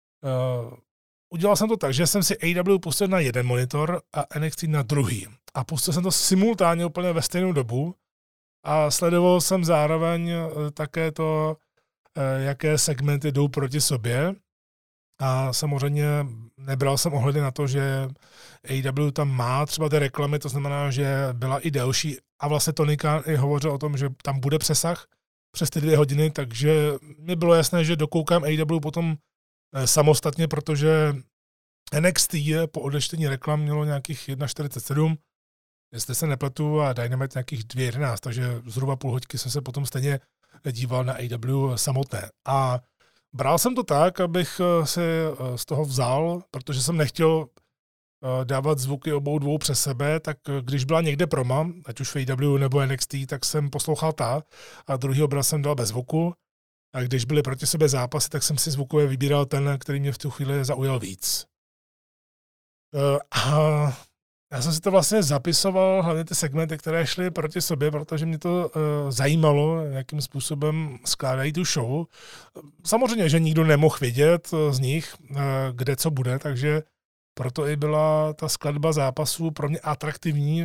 Udělal jsem to tak, že jsem si A E W pustil na jeden monitor a N X T na druhý. A pustil jsem to simultánně úplně ve stejnou dobu a sledoval jsem zároveň také to, jaké segmenty jdou proti sobě. A samozřejmě nebral jsem ohledy na to, že A E W tam má třeba ty reklamy, to znamená, že byla i delší a vlastně Tony Khan i hovořil o tom, že tam bude přesah přes ty dvě hodiny, takže mi bylo jasné, že dokoukám A E W potom samostatně, protože N X T po odečtení reklam mělo nějakých jedna čtyřicet sedm, jestli se nepletu, a Dynamite nějakých dvě jedenáct, takže zhruba půl hoďky jsem se potom stejně díval na A E W samotné. A bral jsem to tak, abych si z toho vzal, protože jsem nechtěl dávat zvuky obou dvou přes sebe, tak když byla někde proma, ať už v A E W nebo N X T, tak jsem poslouchal ta a druhý obraz jsem dal bez zvuku. A když byly proti sobě zápasy, tak jsem si zvukově vybíral ten, který mě v tu chvíli zaujal víc. A já jsem si to vlastně zapisoval, hlavně ty segmenty, které šly proti sobě, protože mě to zajímalo, jakým způsobem skládají tu show. Samozřejmě, že nikdo nemohl vědět z nich, kde co bude, takže proto i byla ta skladba zápasů pro mě atraktivní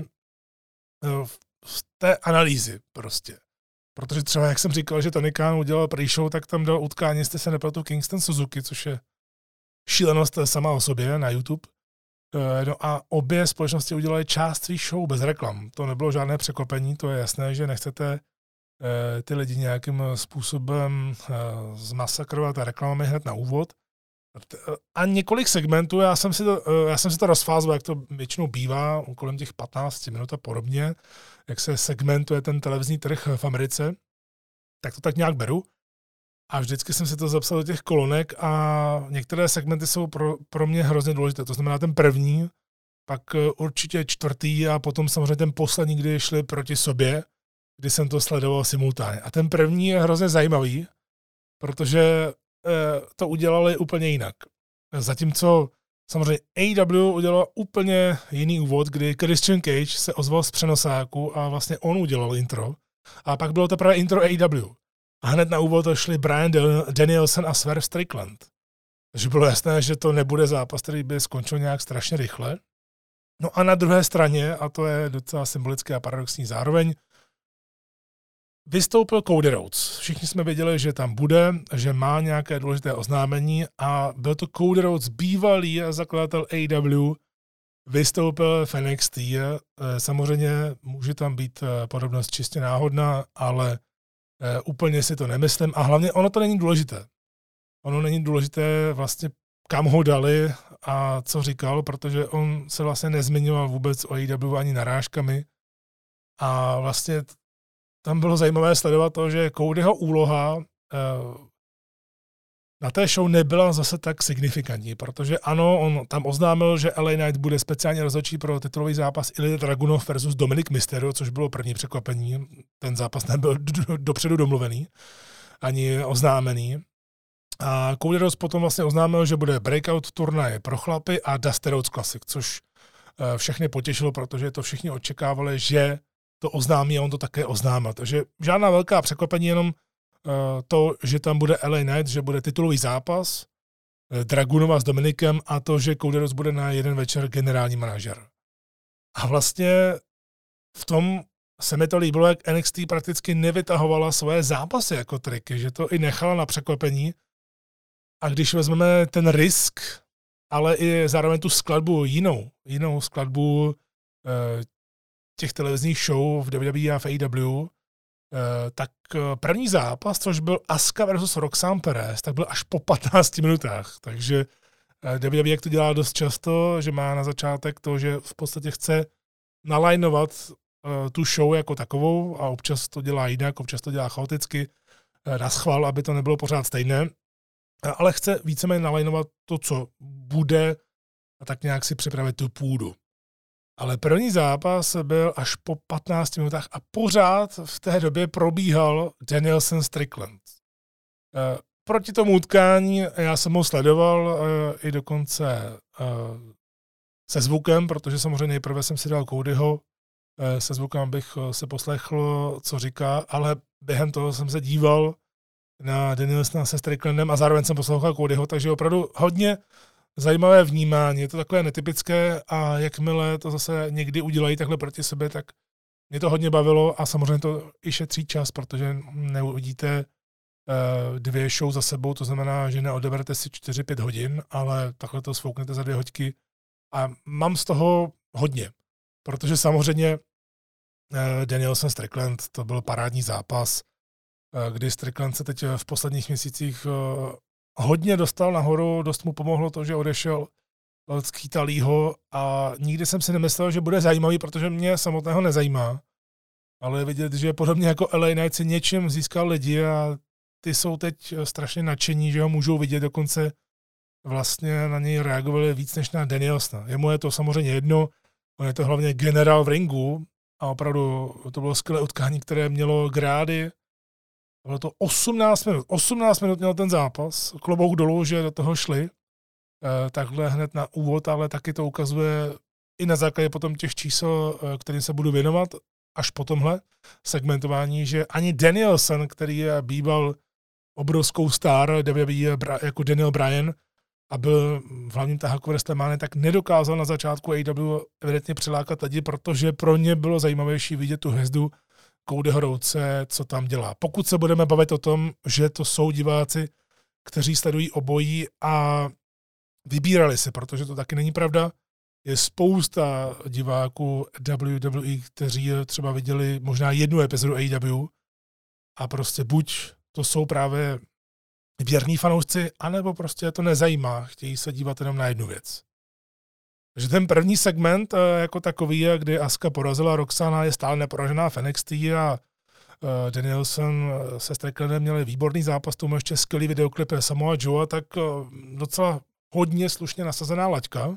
z té analýzy prostě. Protože třeba, jak jsem říkal, že Tony Khan udělal pre-show, tak tam dal utkání, jestli se nepletu, Kingston Suzuki, což je šílenost sama o sobě na YouTube. No a obě společnosti udělaly část svých show bez reklam. To nebylo žádné překvapení, to je jasné, že nechcete ty lidi nějakým způsobem zmasakrovat a reklamami hned na úvod. A několik segmentů, já jsem si to, já jsem si to rozfázoval, jak to většinou bývá, kolem těch patnáct minut a podobně, jak se segmentuje ten televizní trh v Americe, tak to tak nějak beru. A vždycky jsem si to zapsal do těch kolonek a některé segmenty jsou pro, pro mě hrozně důležité. To znamená ten první, pak určitě čtvrtý a potom samozřejmě ten poslední, kdy šli proti sobě, kdy jsem to sledoval simultánně. A ten první je hrozně zajímavý, protože to udělali úplně jinak. Zatímco samozřejmě A E W udělal úplně jiný úvod, kdy Christian Cage se ozval z přenosáku a vlastně on udělal intro. A pak bylo teprve intro A E W. A hned na úvod šli Bryan Danielson a Swerve Strickland. Takže bylo jasné, že to nebude zápas, který by skončil nějak strašně rychle. No a na druhé straně, a to je docela symbolické a paradoxní zároveň, vystoupil Cody Rhodes. Všichni jsme věděli, že tam bude, že má nějaké důležité oznámení a byl to Cody Rhodes, bývalý zakladatel A E W, vystoupil v N X T. Samozřejmě může tam být podobnost čistě náhodná, ale úplně si to nemyslím a hlavně ono to není důležité. Ono není důležité vlastně kam ho dali a co říkal, protože on se vlastně nezmiňoval vůbec o A E W ani narážkami a vlastně tam bylo zajímavé sledovat to, že Codyho úloha na té show nebyla zase tak signifikantní, protože ano, on tam oznámil, že L A Knight bude speciálně rozhodčí pro titulový zápas Ilja Dragunov versus Dominic Mysterio, což bylo první překvapení. Ten zápas nebyl dopředu domluvený, ani oznámený. A Cody Rhodes potom vlastně oznámil, že bude breakout turnaj pro chlapy a Dusty Rhodes Classic, což všechny potěšilo, protože to všichni očekávali, že to oznámí a on to také oznámil. Takže žádná velká překvapení, jenom to, že tam bude L A Knight, že bude titulový zápas Dragunova s Dominikem a to, že Cody Rhodes bude na jeden večer generální manažer. A vlastně v tom se mi to líbilo, jak N X T prakticky nevytahovala svoje zápasy jako triky, že to i nechala na překvapení. A když vezmeme ten risk, ale i zároveň tu skladbu jinou, jinou skladbu těch televizních show v W W E a v A E W, tak první zápas, což byl Asuka versus Roxanne Perez, tak byl až po patnácti minutách. Takže W W E, jak to dělá dost často, že má na začátek to, že v podstatě chce nalajnovat tu show jako takovou a občas to dělá jinak, občas to dělá chaoticky, na schvál, aby to nebylo pořád stejné, ale chce víceméně nalajnovat to, co bude a tak nějak si připravit tu půdu. Ale první zápas byl až po patnácti minutách a pořád v té době probíhal Danielson Strickland. Proti tomu utkání já jsem ho sledoval i dokonce se zvukem, protože samozřejmě nejprve jsem si dal Codyho se zvukem, abych se poslechl, co říká, ale během toho jsem se díval na Danielsona se Stricklandem a zároveň jsem poslouchal Codyho, takže opravdu hodně zajímavé vnímání, je to takové netypické a jakmile to zase někdy udělají takhle proti sobě, tak mě to hodně bavilo a samozřejmě to i šetří čas, protože neuvidíte dvě show za sebou, to znamená, že neodeberete si čtyři pět hodin, ale takhle to svouknete za dvě hoďky a mám z toho hodně, protože samozřejmě Danielson Strickland, to byl parádní zápas, kdy Strickland se teď v posledních měsících hodně dostal nahoru, dost mu pomohlo to, že odešel od Keitha Leeho a nikdy jsem si nemyslel, že bude zajímavý, protože mě samotného nezajímá. Ale vidět, že podobně jako L A Knight si něčím získal lidi a ty jsou teď strašně nadšení, že ho můžou vidět, dokonce vlastně na něj reagovali víc než na Danielsona. Jemu je to samozřejmě jedno, on je to hlavně generál v ringu a opravdu to bylo skvělé utkání, které mělo grády. Bylo to osmnáct minut. osmnáct minut měl ten zápas, klobouk dolů, že do toho šli. E, takhle hned na úvod, ale taky to ukazuje i na základě potom těch čísel, kterým se budu věnovat, až po tomhle segmentování, že ani Danielson, který je býval obrovskou star W W E jako Daniel Bryan a byl v hlavním taháku WrestleMania, tak nedokázal na začátku A E W evidentně přilákat lidi, protože pro ně bylo zajímavější vidět tu hvězdu Codyho Rhodese, co tam dělá. Pokud se budeme bavit o tom, že to jsou diváci, kteří sledují obojí a vybírali si, protože to taky není pravda, je spousta diváků W W E, kteří třeba viděli možná jednu epizodu A E W a prostě buď to jsou právě věrní fanoušci, anebo prostě to nezajímá, chtějí se dívat jenom na jednu věc. Takže ten první segment jako takový, kdy Asuka porazila Roxana, je stále neporažená v N X T a Danielson se Stricklandem měli výborný zápas, tomu ještě skvělý videoklip Samoa Joe, tak docela hodně slušně nasazená laťka.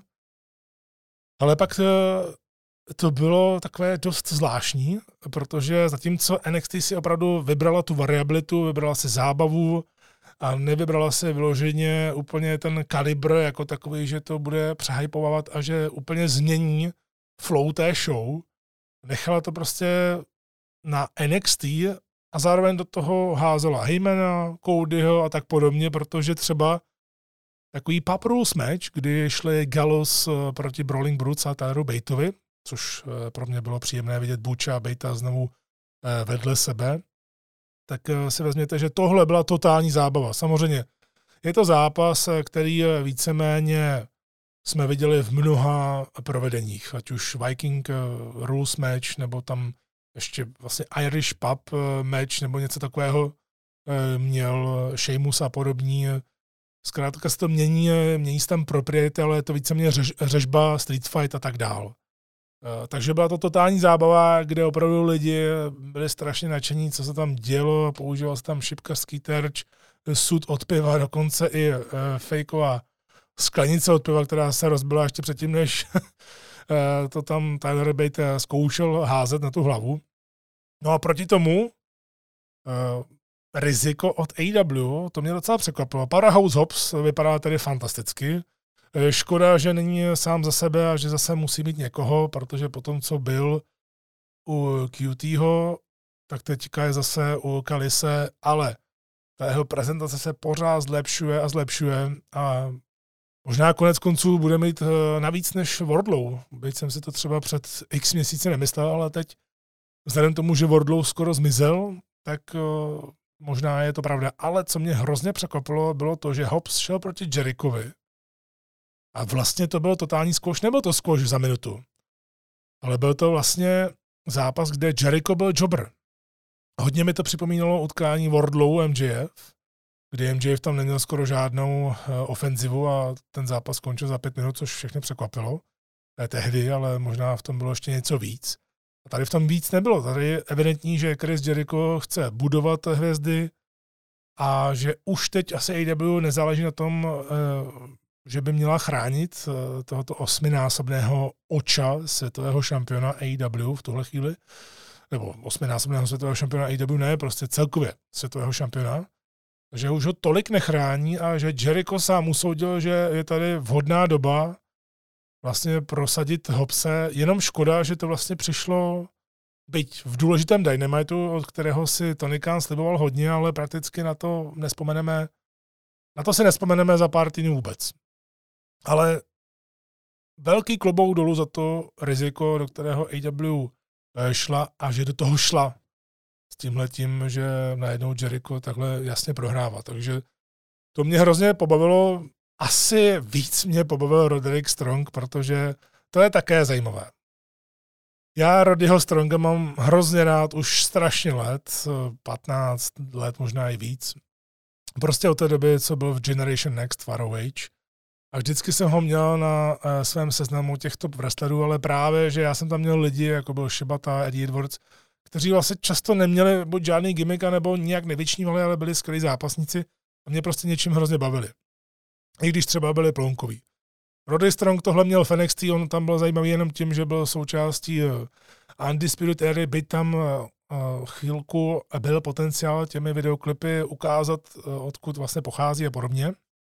Ale pak to bylo takové dost zvláštní, protože zatímco N X T si opravdu vybrala tu variabilitu, vybrala si zábavu a nevybrala si vyloženě úplně ten kalibr jako takový, že to bude přehypovat a že úplně změní flow té show. Nechala to prostě na N X T a zároveň do toho házela Heymana, Codyho a tak podobně, protože třeba takový Pop Rules match, kdy šli Gallows proti Brawling Brutes a Tyleru Bateovi, což pro mě bylo příjemné vidět Butcha a Batea znovu vedle sebe, tak si vezměte, že tohle byla totální zábava. Samozřejmě je to zápas, který víceméně jsme viděli v mnoha provedeních, ať už Viking Rules match, nebo tam ještě vlastně Irish Pub match, nebo něco takového měl Sheamus a podobní. Zkrátka se to mění, mění se tam propriety, ale je to víceméně řež, řežba, street fight a tak dál. Takže byla to totální zábava, kde opravdu lidi byli strašně nadšení, co se tam dělo, používal se tam šipkařský terč, sud od piva, dokonce i e, fejková sklenice od piva, která se rozbila ještě předtím, než e, to tam Tyler Bate zkoušel házet na tu hlavu. No a proti tomu e, riziko od A E W, to mě docela překvapilo. Powerhouse Hobbs vypadá tedy fantasticky. Škoda, že není sám za sebe a že zase musí mít někoho, protože potom, co byl u Q Tho, tak teďka je zase u Kalise, ale ta jeho prezentace se pořád zlepšuje a zlepšuje a možná konec konců bude mít navíc než Wardlow. Byť jsem si to třeba před x měsíci nemyslel, ale teď vzhledem tomu, že Wardlow skoro zmizel, tak možná je to pravda. Ale co mě hrozně překvapilo, bylo to, že Hobbs šel proti Jerichovi. A vlastně to byl totální squash, nebyl to squash za minutu. Ale byl to vlastně zápas, kde Jericho byl jobber. Hodně mi to připomínalo utkání Wardlow M J F, kdy M J F tam neměl skoro žádnou ofenzivu a ten zápas skončil za pět minut, což všechny překvapilo. Tehdy, ale možná v tom bylo ještě něco víc. A tady v tom víc nebylo. Tady je evidentní, že Chris Jericho chce budovat hvězdy a že už teď asi A E W nezáleží na tom, že by měla chránit tohoto osminásobného oča světového šampiona A E W v tuhle chvíli, nebo osminásobného světového šampiona A E W, ne, prostě celkově světového šampiona, že už ho tolik nechrání a že Jericho sám usoudil, že je tady vhodná doba vlastně prosadit Hobbse. Jenom škoda, že to vlastně přišlo, byť v důležitém Dynamitu, od kterého si Tony Khan sliboval hodně, ale prakticky na to nespomeneme, na to si nespomeneme za pár týdnů vůbec. Ale velký klobouk dolů za to riziko, do kterého A E W šla a že do toho šla s tímhletím, že najednou Jericho takhle jasně prohrává. Takže to mě hrozně pobavilo. Asi víc mě pobavil Roderick Strong, protože to je také zajímavé. Já Roddyho Stronga mám hrozně rád už strašně let, patnáct let, možná i víc. Prostě od té doby, co byl v Generation Next, Far Age. A vždycky jsem ho měl na uh, svém seznamu těch top wrestlerů, ale právě, že já jsem tam měl lidi, jako byl Shibata, Eddie Edwards, kteří vlastně často neměli buď žádný gimmick, nebo nějak nevyčnívali, ale byli skvělí zápasníci a mě prostě něčím hrozně bavili. I když třeba byli plonkoví. Roddy Strong tohle měl v N X T, on tam byl zajímavý jenom tím, že byl součástí uh, Undisputed Era, byť tam uh, chvílku byl potenciál těmi videoklipy ukázat, uh, odkud vlastně pochází a podobně.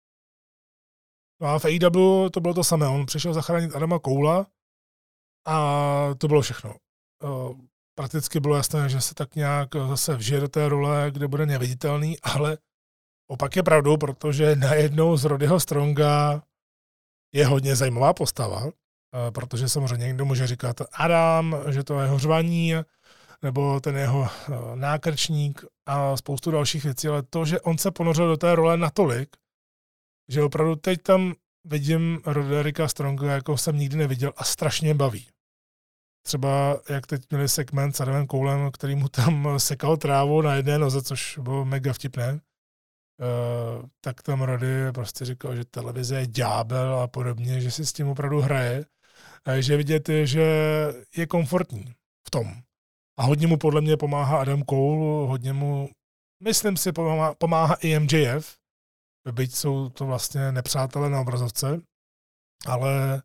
No a v A E W to bylo to samé. On přišel zachránit Adama Coula a to bylo všechno. Prakticky bylo jasné, že se tak nějak zase vžije do té role, kde bude neviditelný, ale opak je pravdou, protože najednou z Roddyho Stronga je hodně zajímavá postava, protože samozřejmě někdo může říkat Adam, že to je jeho řvaní, nebo ten jeho nákrčník a spoustu dalších věcí, ale to, že on se ponořil do té role natolik, že opravdu teď tam vidím Roderica Stronga, jako jsem nikdy neviděl a strašně baví. Třeba jak teď měli segment s Adamem Coulem, který mu tam sekal trávu na jedné noze, což bylo mega vtipné, uh, tak tam Roddy prostě říkal, že televize je ďábel a podobně, že si s tím opravdu hraje a že vidět je, že je komfortní v tom. A hodně mu podle mě pomáhá Adam Cole, hodně mu, myslím si, pomáhá, pomáhá i M J F, byť jsou to vlastně nepřátelé na obrazovce, ale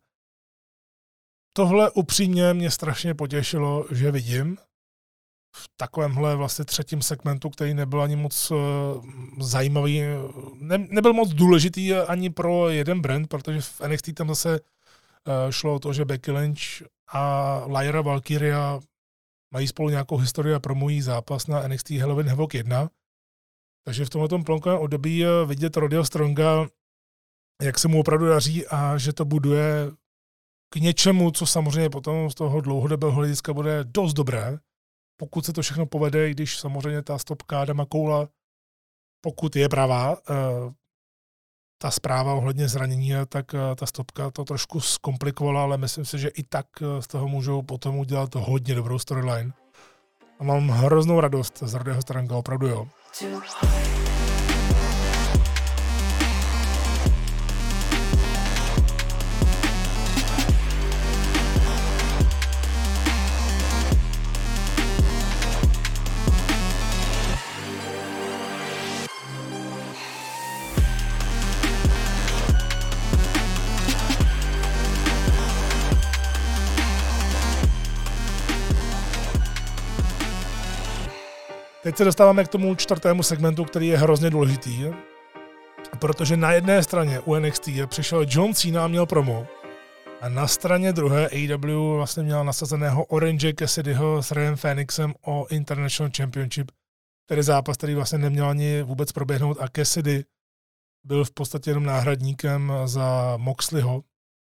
tohle upřímně mě strašně potěšilo, že vidím v takovémhle vlastně třetím segmentu, který nebyl ani moc uh, zajímavý, ne, nebyl moc důležitý ani pro jeden brand, protože v N X T tam zase uh, šlo o to, že Becky Lynch a Lyra Valkyria mají spolu nějakou historii a promují zápas na N X T Halloween Havoc jedna. Takže v tomhle plonkovém období vidět Roddyho Stronga, jak se mu opravdu daří a že to buduje k něčemu, co samozřejmě potom z toho dlouhodobého hlediska bude dost dobré, pokud se to všechno povede, i když samozřejmě ta stopka Adama Coula, pokud je pravá, ta zpráva ohledně zranění, tak ta stopka to trošku zkomplikovala, ale myslím si, že i tak z toho můžou potom udělat hodně dobrou storyline. A mám hroznou radost z Roddyho Stronga, opravdu jo. Teď se dostáváme k tomu čtvrtému segmentu, který je hrozně důležitý, protože na jedné straně u N X T přišel John Cena a měl promo a na straně druhé A E W vlastně měl nasazeného Orange Cassidyho s Rayem Phoenixem o International Championship, tedy zápas, který vlastně neměl ani vůbec proběhnout a Cassidy byl v podstatě jenom náhradníkem za Moxleyho.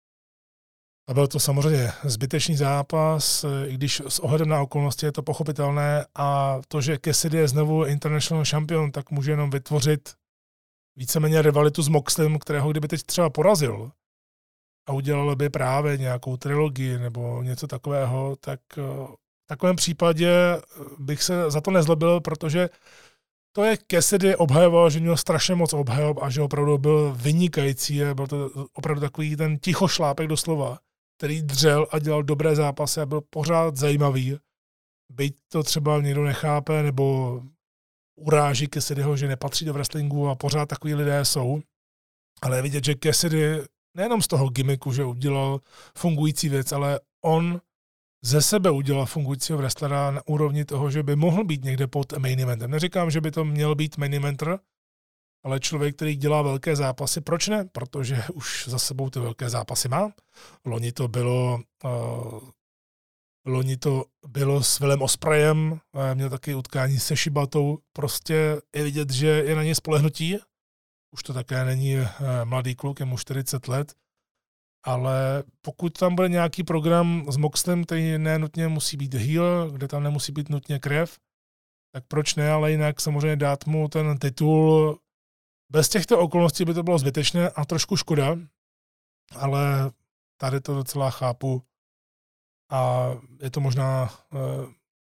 A byl to samozřejmě zbytečný zápas, i když s ohledem na okolnosti je to pochopitelné a to, že Cassidy je znovu international champion, tak může jenom vytvořit víceméně rivalitu s Moxleym, kterého kdyby teď třeba porazil a udělal by právě nějakou trilogii nebo něco takového, tak v takovém případě bych se za to nezlobil, protože to je Cassidy obhajoval, že měl strašně moc obhajob a že opravdu byl vynikající, byl to opravdu takový ten tichošlápek doslova, který dřel a dělal dobré zápasy a byl pořád zajímavý. Byť to třeba někdo nechápe nebo uráží Cassidyho, že nepatří do wrestlingu a pořád takový lidé jsou. Ale je vidět, že Cassidy nejenom z toho gimmicku, že udělal fungující věc, ale on ze sebe udělal fungujícího wrestlera na úrovni toho, že by mohl být někde pod main eventem. Neříkám, že by to měl být main eventer, ale člověk, který dělá velké zápasy, proč ne? Protože už za sebou ty velké zápasy má. Loni to bylo, uh, loni to bylo s Willem Ospreyem, uh, měl taky utkání se Shibatou. Prostě je vidět, že je na ně spolehnutí. Už to také není uh, mladý kluk, je mu čtyřicet let. Ale pokud tam bude nějaký program s Moxlem, který nenutně musí být heel, kde tam nemusí být nutně krev, tak proč ne, ale jinak samozřejmě dát mu ten titul. Bez těchto okolností by to bylo zbytečné a trošku škoda, ale tady to docela chápu, a je to možná uh,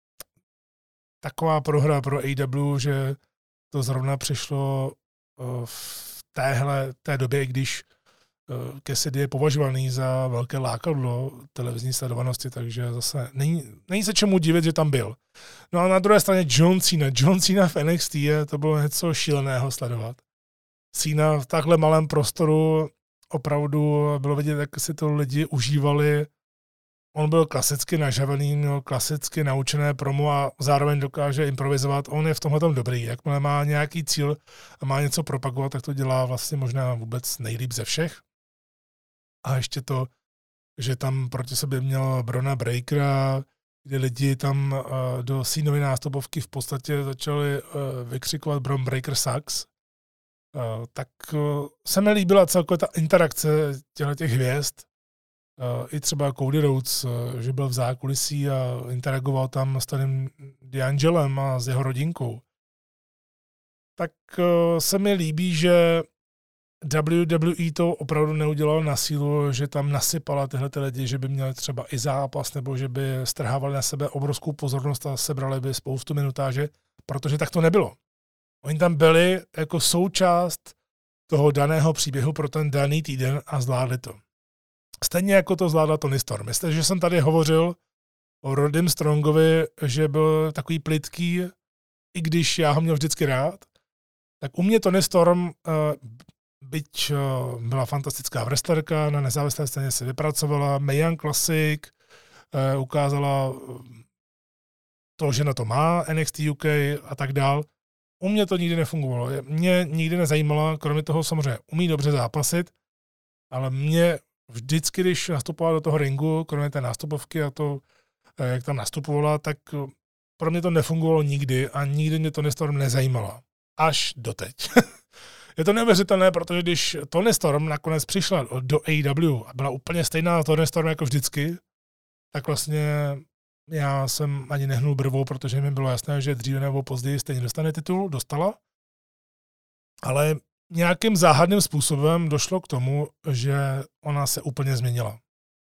taková prohra pro A E W, že to zrovna přišlo uh, v téhle té době, když uh, Cassidy je považovaný za velké lákadlo televizní sledovanosti, takže zase není, není se čemu divit, že tam byl. No a na druhé straně John Cena. John Cena v N X T je, to bylo něco šíleného sledovat. Cena v takhle malém prostoru opravdu bylo vidět, jak si to lidi užívali. On byl klasicky nažavený, měl klasicky naučené promo a zároveň dokáže improvizovat. On je v tomhle dobrý. Jakmile má nějaký cíl a má něco propagovat, tak to dělá vlastně možná vůbec nejlíp ze všech. A ještě to, že tam proti sobě měl Brona Breakera, kde lidi tam uh, do Cenovy nástupovky v podstatě začali uh, vykřikovat Bron Breaker sucks. Uh, tak uh, se mi líbila celkově ta interakce těch hvězd. Uh, I třeba Cody Rhodes, uh, že byl v zákulisí a interagoval tam s tím D'Angelem a s jeho rodinkou. Tak uh, se mi líbí, že W W E to opravdu neudělalo na sílu, že tam nasypala tyhle ty lidi, že by měli třeba i zápas, nebo že by strhávali na sebe obrovskou pozornost a sebrali by spoustu minutáže, protože tak to nebylo. Oni tam byli jako součást toho daného příběhu pro ten daný týden a zvládli to. Stejně jako to zvládla Toni Storm. Myslíte, že jsem tady hovořil o Rodym Strongovi, že byl takový plytký, i když já ho měl vždycky rád, tak u mě Toni Storm, byť byla fantastická wrestlerka, na nezávislé scéně se vypracovala, Mae Young Classic, ukázala to, že na to má N X T U K a tak dál. U mě to nikdy nefungovalo. Mě nikdy nezajímalo, kromě toho samozřejmě umí dobře zápasit, ale mě vždycky, když nastupovala do toho ringu, kromě té nástupovky a to, jak tam nastupovala, tak pro mě to nefungovalo nikdy a nikdy mě Toni Storm nezajímala. Až doteď. Je to neuvěřitelné, protože když Toni Storm nakonec přišla do A E W a byla úplně stejná Toni Storm jako vždycky, tak vlastně já jsem ani nehnul brvou, protože mi bylo jasné, že dříve nebo později stejně dostane titul, dostala. Ale nějakým záhadným způsobem došlo k tomu, že ona se úplně změnila.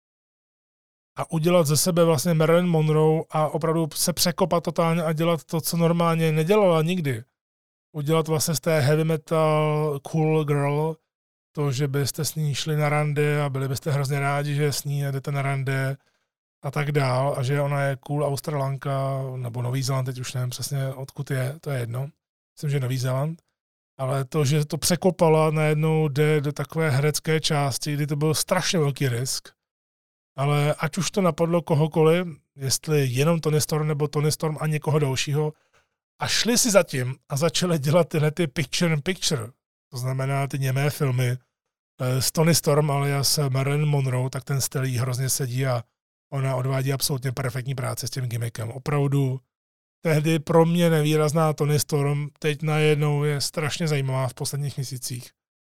A udělat ze sebe vlastně Marilyn Monroe a opravdu se překopat totálně a dělat to, co normálně nedělala nikdy. Udělat vlastně z té heavy metal cool girl to, že byste s ní šli na rande a byli byste hrozně rádi, že s ní jdete na rande a tak dál a že ona je cool Australanka nebo Nový Zéland, teď už nevím přesně odkud je, to je jedno. Myslím, že Nový Zéland. Ale to, že to překopala, najednou jde do takové herecké části, kdy to byl strašně velký risk. Ale ať už to napadlo kohokoliv, jestli jenom Toni Storm nebo Toni Storm a někoho dalšího, a šli si zatím a začali dělat tyhle ty picture in picture, to znamená ty němé filmy s Toni Storm alias Marilyn Monroe, tak ten styl jí hrozně sedí a ona odvádí absolutně perfektní práci s tím gimmickem. Opravdu tehdy pro mě nevýrazná Toni Storm teď najednou je strašně zajímavá v posledních měsících.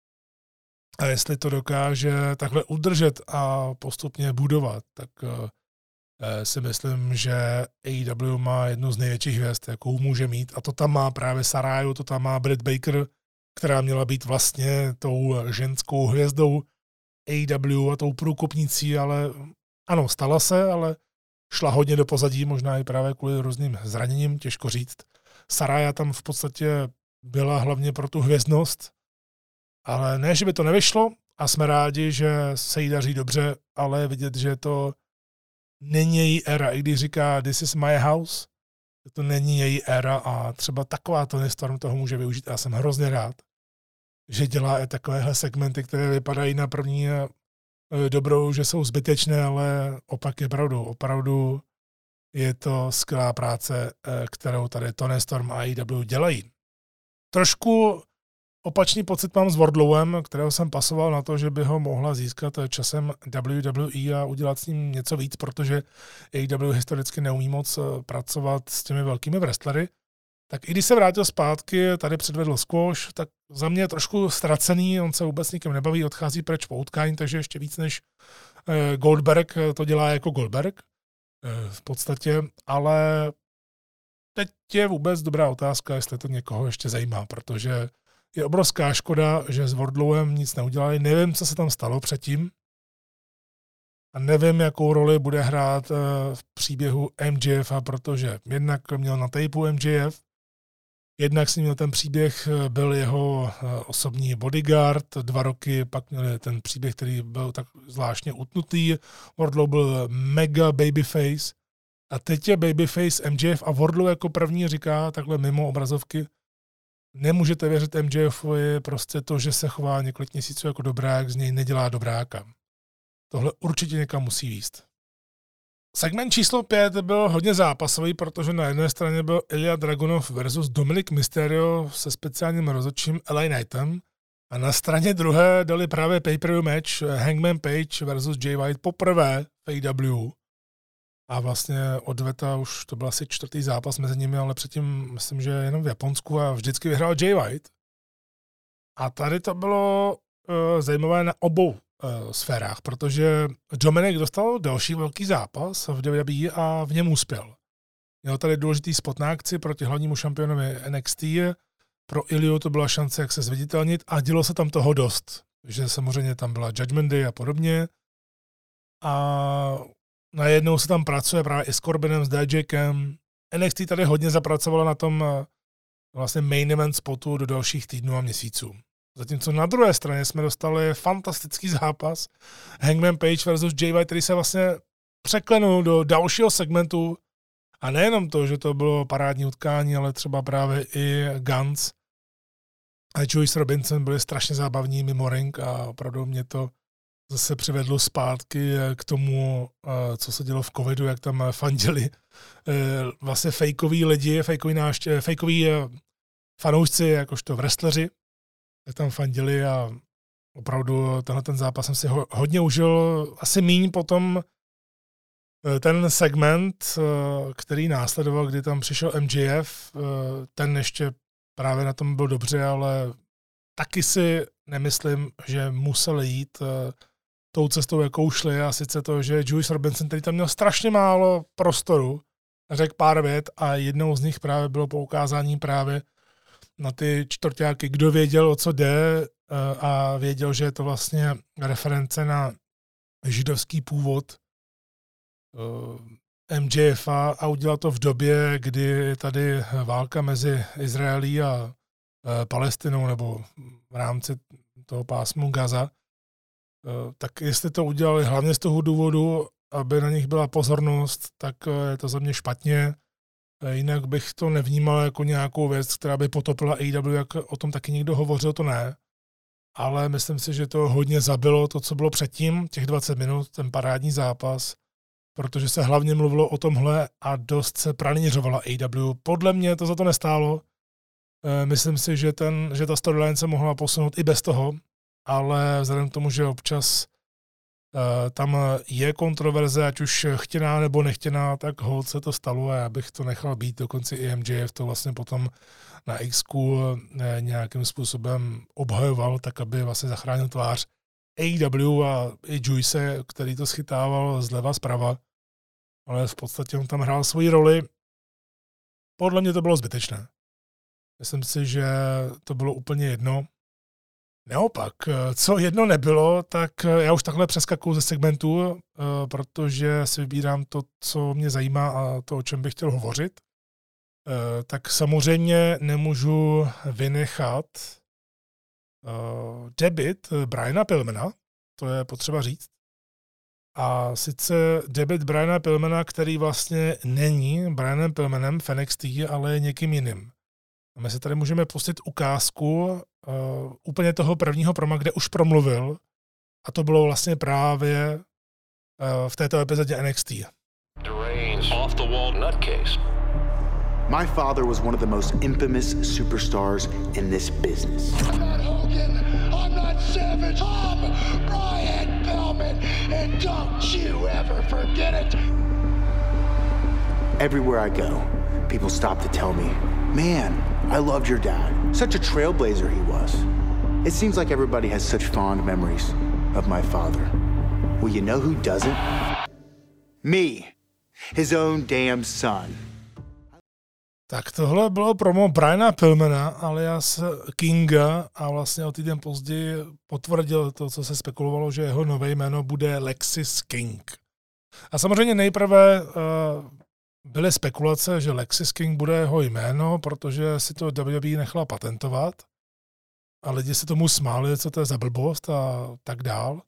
A jestli to dokáže takhle udržet a postupně budovat, tak uh, si myslím, že A E W má jednu z největších hvězd, jakou může mít. A to tam má právě Saraju, to tam má Britt Baker, která měla být vlastně tou ženskou hvězdou A E W a tou průkopnicí, ale ano, stala se, ale šla hodně do pozadí, možná i právě kvůli různým zraněním, těžko říct. Saraya tam v podstatě byla hlavně pro tu hvězdnost, ale ne, že by to nevyšlo a jsme rádi, že se jí daří dobře, ale vidět, že to není její éra. I když říká this is my house, to není její éra a třeba taková Toni Storm toho může využít. Já jsem hrozně rád, že dělá i takovéhle segmenty, které vypadají na první dobrou, že jsou zbytečné, ale opak je pravdou. Opravdu je to skvělá práce, kterou tady Toni Storm a A E W dělají. Trošku opačný pocit mám s Wardlowem, kterého jsem pasoval na to, že by ho mohla získat časem W W E a udělat s ním něco víc, protože A E W historicky neumí moc pracovat s těmi velkými wrestlery. Tak i když se vrátil zpátky, tady předvedl squash, tak za mě je trošku ztracený, on se vůbec nikým nebaví, odchází pryč po utkání, takže ještě víc než Goldberg to dělá jako Goldberg v podstatě, ale teď je vůbec dobrá otázka, jestli to někoho ještě zajímá, protože je obrovská škoda, že s Wardlowem nic neudělali. Nevím, co se tam stalo předtím. A nevím, jakou roli bude hrát v příběhu M J F, protože jednak měl na tejpu M J F, jednak si měl ten příběh, byl jeho osobní bodyguard, dva roky pak měl ten příběh, který byl tak zvláštně utnutý. Wardlow byl mega babyface a teď je babyface M J F a Wardlow jako první říká takhle mimo obrazovky, nemůžete věřit M J F, je prostě to, že se chová několik měsíců jako dobrák, z něj nedělá dobráka. Tohle určitě někam musí výjít. Segment číslo pět byl hodně zápasový, protože na jedné straně byl Ilya Dragunov versus Dominic Mysterio se speciálním rozhodčím L A Knightem a na straně druhé dali právě pay-per-view match Hangman Page versus Jay White poprvé v A E W. A vlastně odveta už to byl asi čtvrtý zápas mezi nimi, ale předtím myslím, že jenom v Japonsku a vždycky vyhrál Jay White. A tady to bylo uh, zajímavé na obou uh, sférách, protože Dominic dostal další velký zápas v W W E a v něm uspěl. Měl tady důležitý spot na akci proti hlavnímu šampionovi N X T. Pro Ilyu to byla šance, jak se zviditelnit a dělo se tam toho dost. Že samozřejmě tam byla Judgment Day a podobně. A najednou se tam pracuje právě i s Corbinem, s DJkem. N X T tady hodně zapracovalo na tom vlastně main event spotu do dalších týdnů a měsíců. Zatímco na druhé straně jsme dostali fantastický zápas Hangman Page versus Jay White, který se vlastně překlenul do dalšího segmentu. A nejenom to, že to bylo parádní utkání, ale třeba právě i Guns a Juice Robinson byli strašně zábavní mimo ring a opravdu mě to zase přivedlo zpátky k tomu, co se dělo v covidu, jak tam fandili vlastně fejkoví lidi, fejkoví, náště, fejkoví fanoušci, jakožto wrestleri, jak tam fandili a opravdu tenhle ten zápas jsem si ho, hodně užil. Asi míň potom ten segment, který následoval, kdy tam přišel M J F, ten ještě právě na tom byl dobře, ale taky si nemyslím, že museli jít tou cestou, jakou šli, a sice to, že Juice Robinson, který tam měl strašně málo prostoru, řekl pár vět a jednou z nich právě bylo poukázání právě na ty čtvrťáky, kdo věděl, o co jde a věděl, že je to vlastně reference na židovský původ M J F a udělal to v době, kdy je tady válka mezi Izraelí a Palestinou nebo v rámci toho pásmu Gaza. Tak jestli to udělali hlavně z toho důvodu, aby na nich byla pozornost, tak je to za mě špatně. Jinak bych to nevnímal jako nějakou věc, která by potopila A E W, jak o tom taky někdo hovořil, to ne. Ale myslím si, že to hodně zabilo to, co bylo předtím, těch dvacet minut, ten parádní zápas, protože se hlavně mluvilo o tomhle a dost se pranířovala A E W. Podle mě to za to nestálo. Myslím si, že, ten, že ta storyline se mohla posunout i bez toho, ale vzhledem k tomu, že občas uh, tam je kontroverze, ať už chtěná nebo nechtěná, tak holt se to stalo a já bych to nechal být. Dokonce i M J F to vlastně potom na X-ku ne, nějakým způsobem obhajoval, tak aby vlastně zachránil tvář A E W a i Juice, který to schytával zleva zprava, ale v podstatě on tam hrál svoji roli. Podle mě to bylo zbytečné. Myslím si, že to bylo úplně jedno. Naopak, co jedno nebylo, tak já už takhle přeskakuju ze segmentu, protože si vybírám to, co mě zajímá a to, o čem bych chtěl hovořit. Tak samozřejmě nemůžu vynechat debut Briana Pillmana, to je potřeba říct. A sice debut Briana Pillmana, který vlastně není Brianem Pillmanem v N X T, ale někým jiným. A my se tady můžeme pustit ukázku uh, úplně toho prvního proma, kde už promluvil, a to bylo vlastně právě uh, v této epizodě N X T. Off the wall nutcase. My father was one of the most infamous superstars in this business. I'm not Hogan, I'm not Savage, I'm Brian Pillman, and don't you ever forget it. Everywhere I go, people stop to tell me, man, I loved your dad. Such a trailblazer he was. It seems like everybody has such fond memories of my father. Well, you know who doesn't? Me, his own damn son. Tak tohle bylo promo Briana Pillmana alias Kinga a vlastně o týden později potvrdil to, co se spekulovalo, že jeho nové jméno bude Lexis King. A samozřejmě nejprve uh, byly spekulace, že Lexis King bude jeho jméno, protože si to W W E nechala patentovat a lidi se tomu smáli, co to je za blbost a tak dál.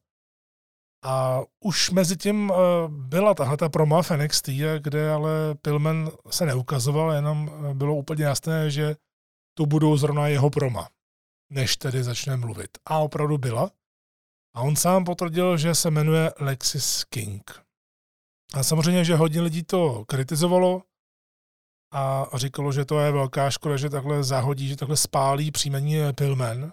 A už mezi tím uh, byla tahle ta promo v N X T, kde ale Pillman se neukazoval, jenom bylo úplně jasné, že tu budou zrovna jeho proma, než tedy začne mluvit. A opravdu byla. A on sám potvrdil, že se jmenuje Lexis King. A samozřejmě, že hodně lidí to kritizovalo a říkalo, že to je velká škoda, že takhle zahodí, že takhle spálí příjmení Pillman.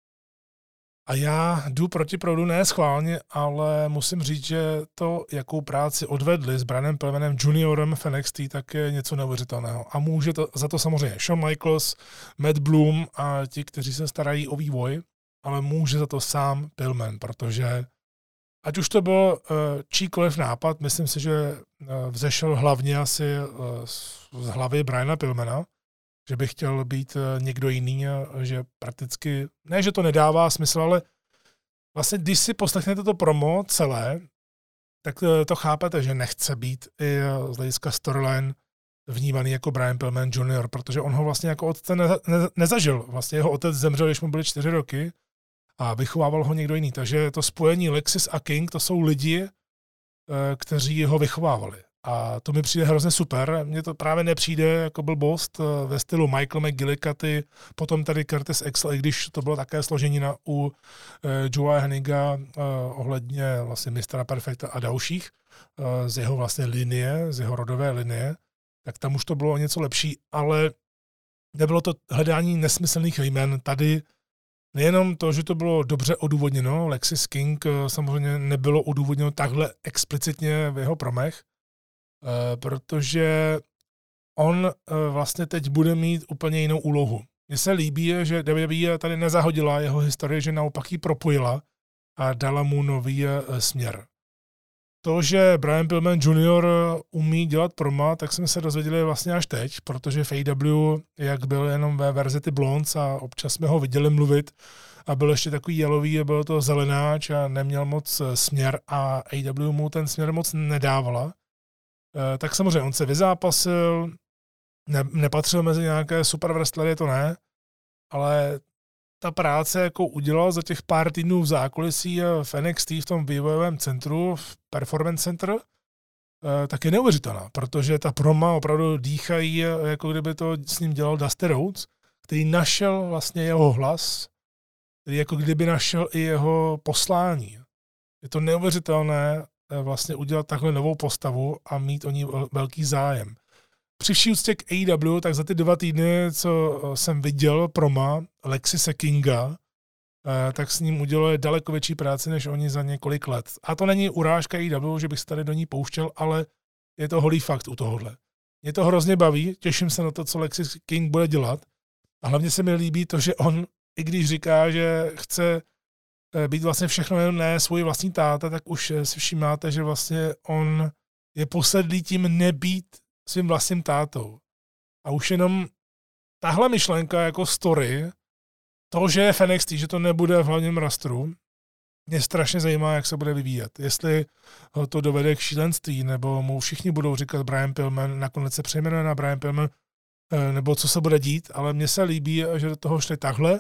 A já jdu proti proudu ne schválně, ale musím říct, že to, jakou práci odvedli s Brianem Pillmanem juniorem v N X T, tak je něco neuvěřitelného. A může to, za to samozřejmě Shawn Michaels, Matt Bloom a ti, kteří se starají o vývoj, ale může za to sám Pillman, protože ať už to byl uh, číkoliv nápad, myslím si, že uh, vzešel hlavně asi uh, z hlavy Briana Pillmana, že by chtěl být uh, někdo jiný, uh, že prakticky, ne, že to nedává smysl, ale vlastně, když si poslechnete to promo celé, tak uh, to chápete, že nechce být i uh, z hlediska storyline vnímaný jako Brian Pillman junior, protože on ho vlastně jako otce neza, ne, nezažil. Vlastně jeho otec zemřel, když mu byly čtyři roky, a vychovával ho někdo jiný. Takže to spojení Lexis a King, to jsou lidi, kteří ho vychovávali. A to mi přijde hrozně super. Mně to právě nepřijde jako blbost ve stylu Michael McGillicuddy, potom tady Curtis Axel, i když to bylo také složenina u Joea Henniga ohledně vlastně mistra Perfecta a dalších z jeho vlastně linie, z jeho rodové linie, tak tam už to bylo něco lepší, ale nebylo to hledání nesmyslných jmen. Tady nejenom to, že to bylo dobře odůvodněno, Lexis King samozřejmě nebylo odůvodněno takhle explicitně v jeho promech, protože on vlastně teď bude mít úplně jinou úlohu. Mně se líbí, že W W E tady nezahodila jeho historii, že naopak ji propojila a dala mu nový směr. To, že Brian Pillman junior umí dělat proma, tak jsme se dozvěděli vlastně až teď, protože v A E W, jak byl jenom ve verzi ty Blondes a občas jsme ho viděli mluvit a byl ještě takový jalový, byl to zelenáč a neměl moc směr a A E W mu ten směr moc nedávala. Tak samozřejmě on se vyzápasil, ne, nepatřil mezi nějaké super wrestlery, to ne, ale ta práce, jakou udělal za těch pár týdnů v zákulisí v N X T, v tom vývojovém centru, v Performance Center, tak je neuvěřitelná, protože ta proma opravdu dýchají, jako kdyby to s ním dělal Dusty Rhodes, který našel vlastně jeho hlas, který jako kdyby našel i jeho poslání. Je to neuvěřitelné vlastně udělat takhle novou postavu a mít o ní velký zájem. Při vší úctě k A E W, tak za ty dva týdny, co jsem viděl proma Lexise Kinga, tak s ním udělali daleko větší práci, než oni za několik let. A to není urážka A E W, že bych se tady do ní pouštěl, ale je to holý fakt u tohohle. Mě to hrozně baví, těším se na to, co Lexis King bude dělat. A hlavně se mi líbí to, že on, i když říká, že chce být vlastně všechno jenom ne svůj vlastní táta, tak už si všímáte, že vlastně on je posedlý tím nebýt svým vlastním tátou. A už jenom tahle myšlenka jako story, to, že je v N X T, že to nebude v hlavním rastru, mě strašně zajímá, jak se bude vyvíjet. Jestli ho to dovede k šílenství, nebo mu všichni budou říkat Brian Pillman, nakonec se přejmenuje na Brian Pillman, nebo co se bude dít, ale mně se líbí, že do toho šli takhle,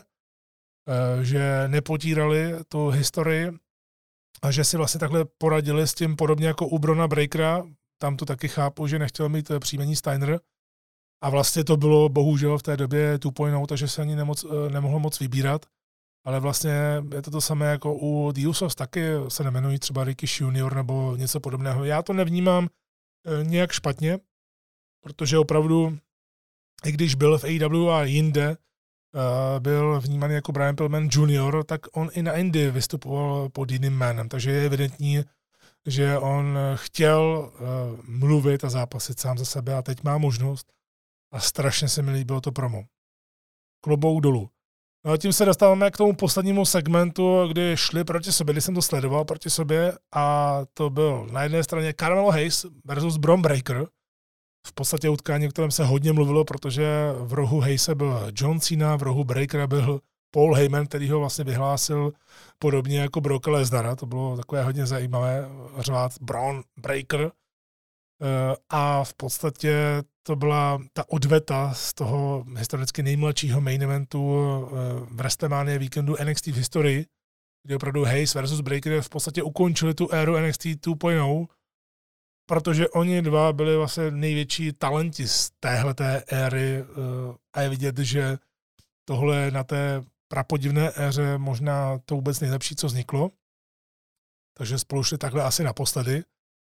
že nepotírali tu historii a že si vlastně takhle poradili s tím podobně jako u Brona Breakera. Tam to taky chápu, že nechtěl mít příjmení Steiner a vlastně to bylo bohužel v té době two point oh, takže se ani nemoc, nemohlo moc vybírat, ale vlastně je to to samé jako u The Usos, taky se nemenují třeba Ricky junior nebo něco podobného. Já to nevnímám nějak špatně, protože opravdu, i když byl v A E W a jinde, byl vnímaný jako Brian Pillman junior, tak on i na Indii vystupoval pod jiným jménem, takže je evidentní, že on chtěl uh, mluvit a zápasit sám za sebe a teď má možnost a strašně se mi líbilo to promo. Klobouk dolů. No a tím se dostáváme k tomu poslednímu segmentu, kdy šli proti sobě, když jsem to sledoval proti sobě a to byl na jedné straně Carmelo Hayes versus Bron Breakker v podstatě utkání, o kterém se hodně mluvilo, protože v rohu Hayese byl John Cena, v rohu Breakera byl Paul Heyman, který ho vlastně vyhlásil podobně jako Brock Lesnara. To bylo takové hodně zajímavé, řvát Braun Breaker. A v podstatě to byla ta odveta z toho historicky nejmladšího main eventu v WrestleMania víkendu N X T v historii, kdy opravdu Hayes versus Breaker v podstatě ukončili tu éru N X T dva tečka nula, protože oni dva byli vlastně největší talenti z téhleté éry a je vidět, že tohle na té prapodivné éře možná to vůbec nejlepší, co vzniklo. Takže spolu šli takhle asi naposledy.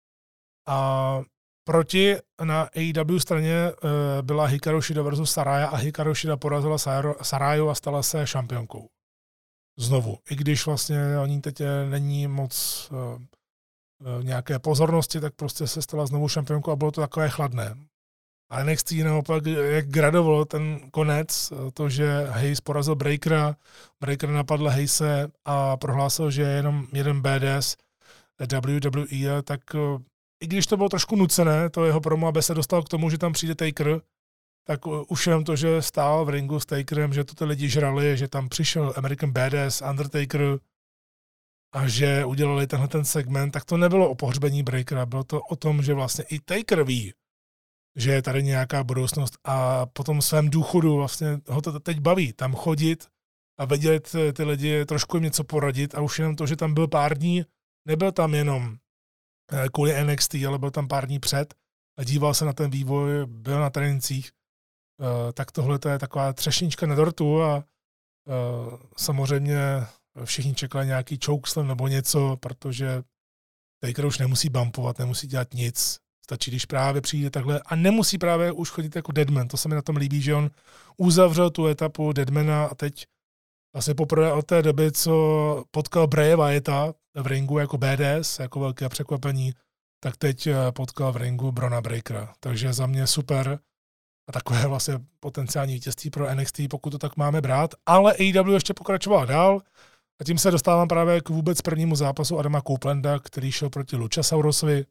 A proti na A E W straně byla Hikaru Shida versus Saraya a Hikaru Shida porazila Sarayu a stala se šampionkou. Znovu. I když vlastně o ní teď není moc nějaké pozornosti, tak prostě se stala znovu šampionkou a bylo to takové chladné. A N X T naopak, jak gradovalo ten konec, to, že Hayes porazil Breakera, Breaker napadl Hayese a prohlásil, že je jenom jeden badass W W E, tak i když to bylo trošku nucené, to jeho promo, aby se dostal k tomu, že tam přijde Taker, tak už jenom to, že stál v ringu s Takerem, že to ty lidi žrali, že tam přišel American Badass, Undertaker a že udělali tenhle ten segment, tak to nebylo o pohřbení Breakera, bylo to o tom, že vlastně i Taker ví, že je tady nějaká budoucnost a po tom svém důchodu vlastně ho to teď baví, tam chodit a vidět ty lidi, trošku jim něco poradit a už jenom to, že tam byl pár dní, nebyl tam jenom kvůli N X T, ale byl tam pár dní před a díval se na ten vývoj, byl na trénincích, tak tohle to je taková třešnička na dortu a samozřejmě všichni čekali nějaký chokeslam nebo něco, protože Taker už nemusí bumpovat, nemusí dělat nic. Stačí, když právě přijde takhle a nemusí právě už chodit jako Deadman. To se mi na tom líbí, že on uzavřel tu etapu Deadmana a teď vlastně poprvé od té doby, co potkal Braya Wyetta v ringu jako badass, jako velké překvapení, tak teď potkal v ringu Brona Breakera. Takže za mě super a takové vlastně potenciální vítězství pro N X T, pokud to tak máme brát. Ale A E W ještě pokračoval dál a tím se dostávám právě k vůbec prvnímu zápasu Adama Coplanda, který šel proti Luchasaurusovi.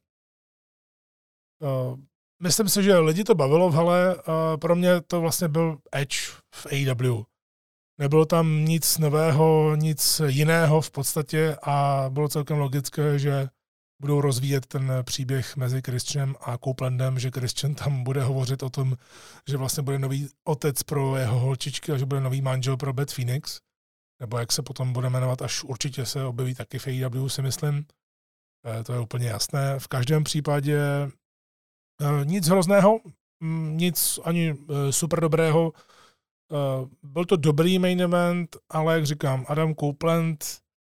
Uh, myslím si, že lidi to bavilo v hale. Uh, pro mě to vlastně byl Edge v A E W. Nebylo tam nic nového, nic jiného v podstatě a bylo celkem logické, že budou rozvíjet ten příběh mezi Christianem a Copelandem, že Christian tam bude hovořit o tom, že vlastně bude nový otec pro jeho holčičky a že bude nový manžel pro Beth Phoenix, nebo jak se potom bude jmenovat, až určitě se objeví taky v A E W, si myslím. Uh, to je úplně jasné. V každém případě nic hrozného, nic ani super dobrého. Byl to dobrý main event, ale jak říkám, Adam Copeland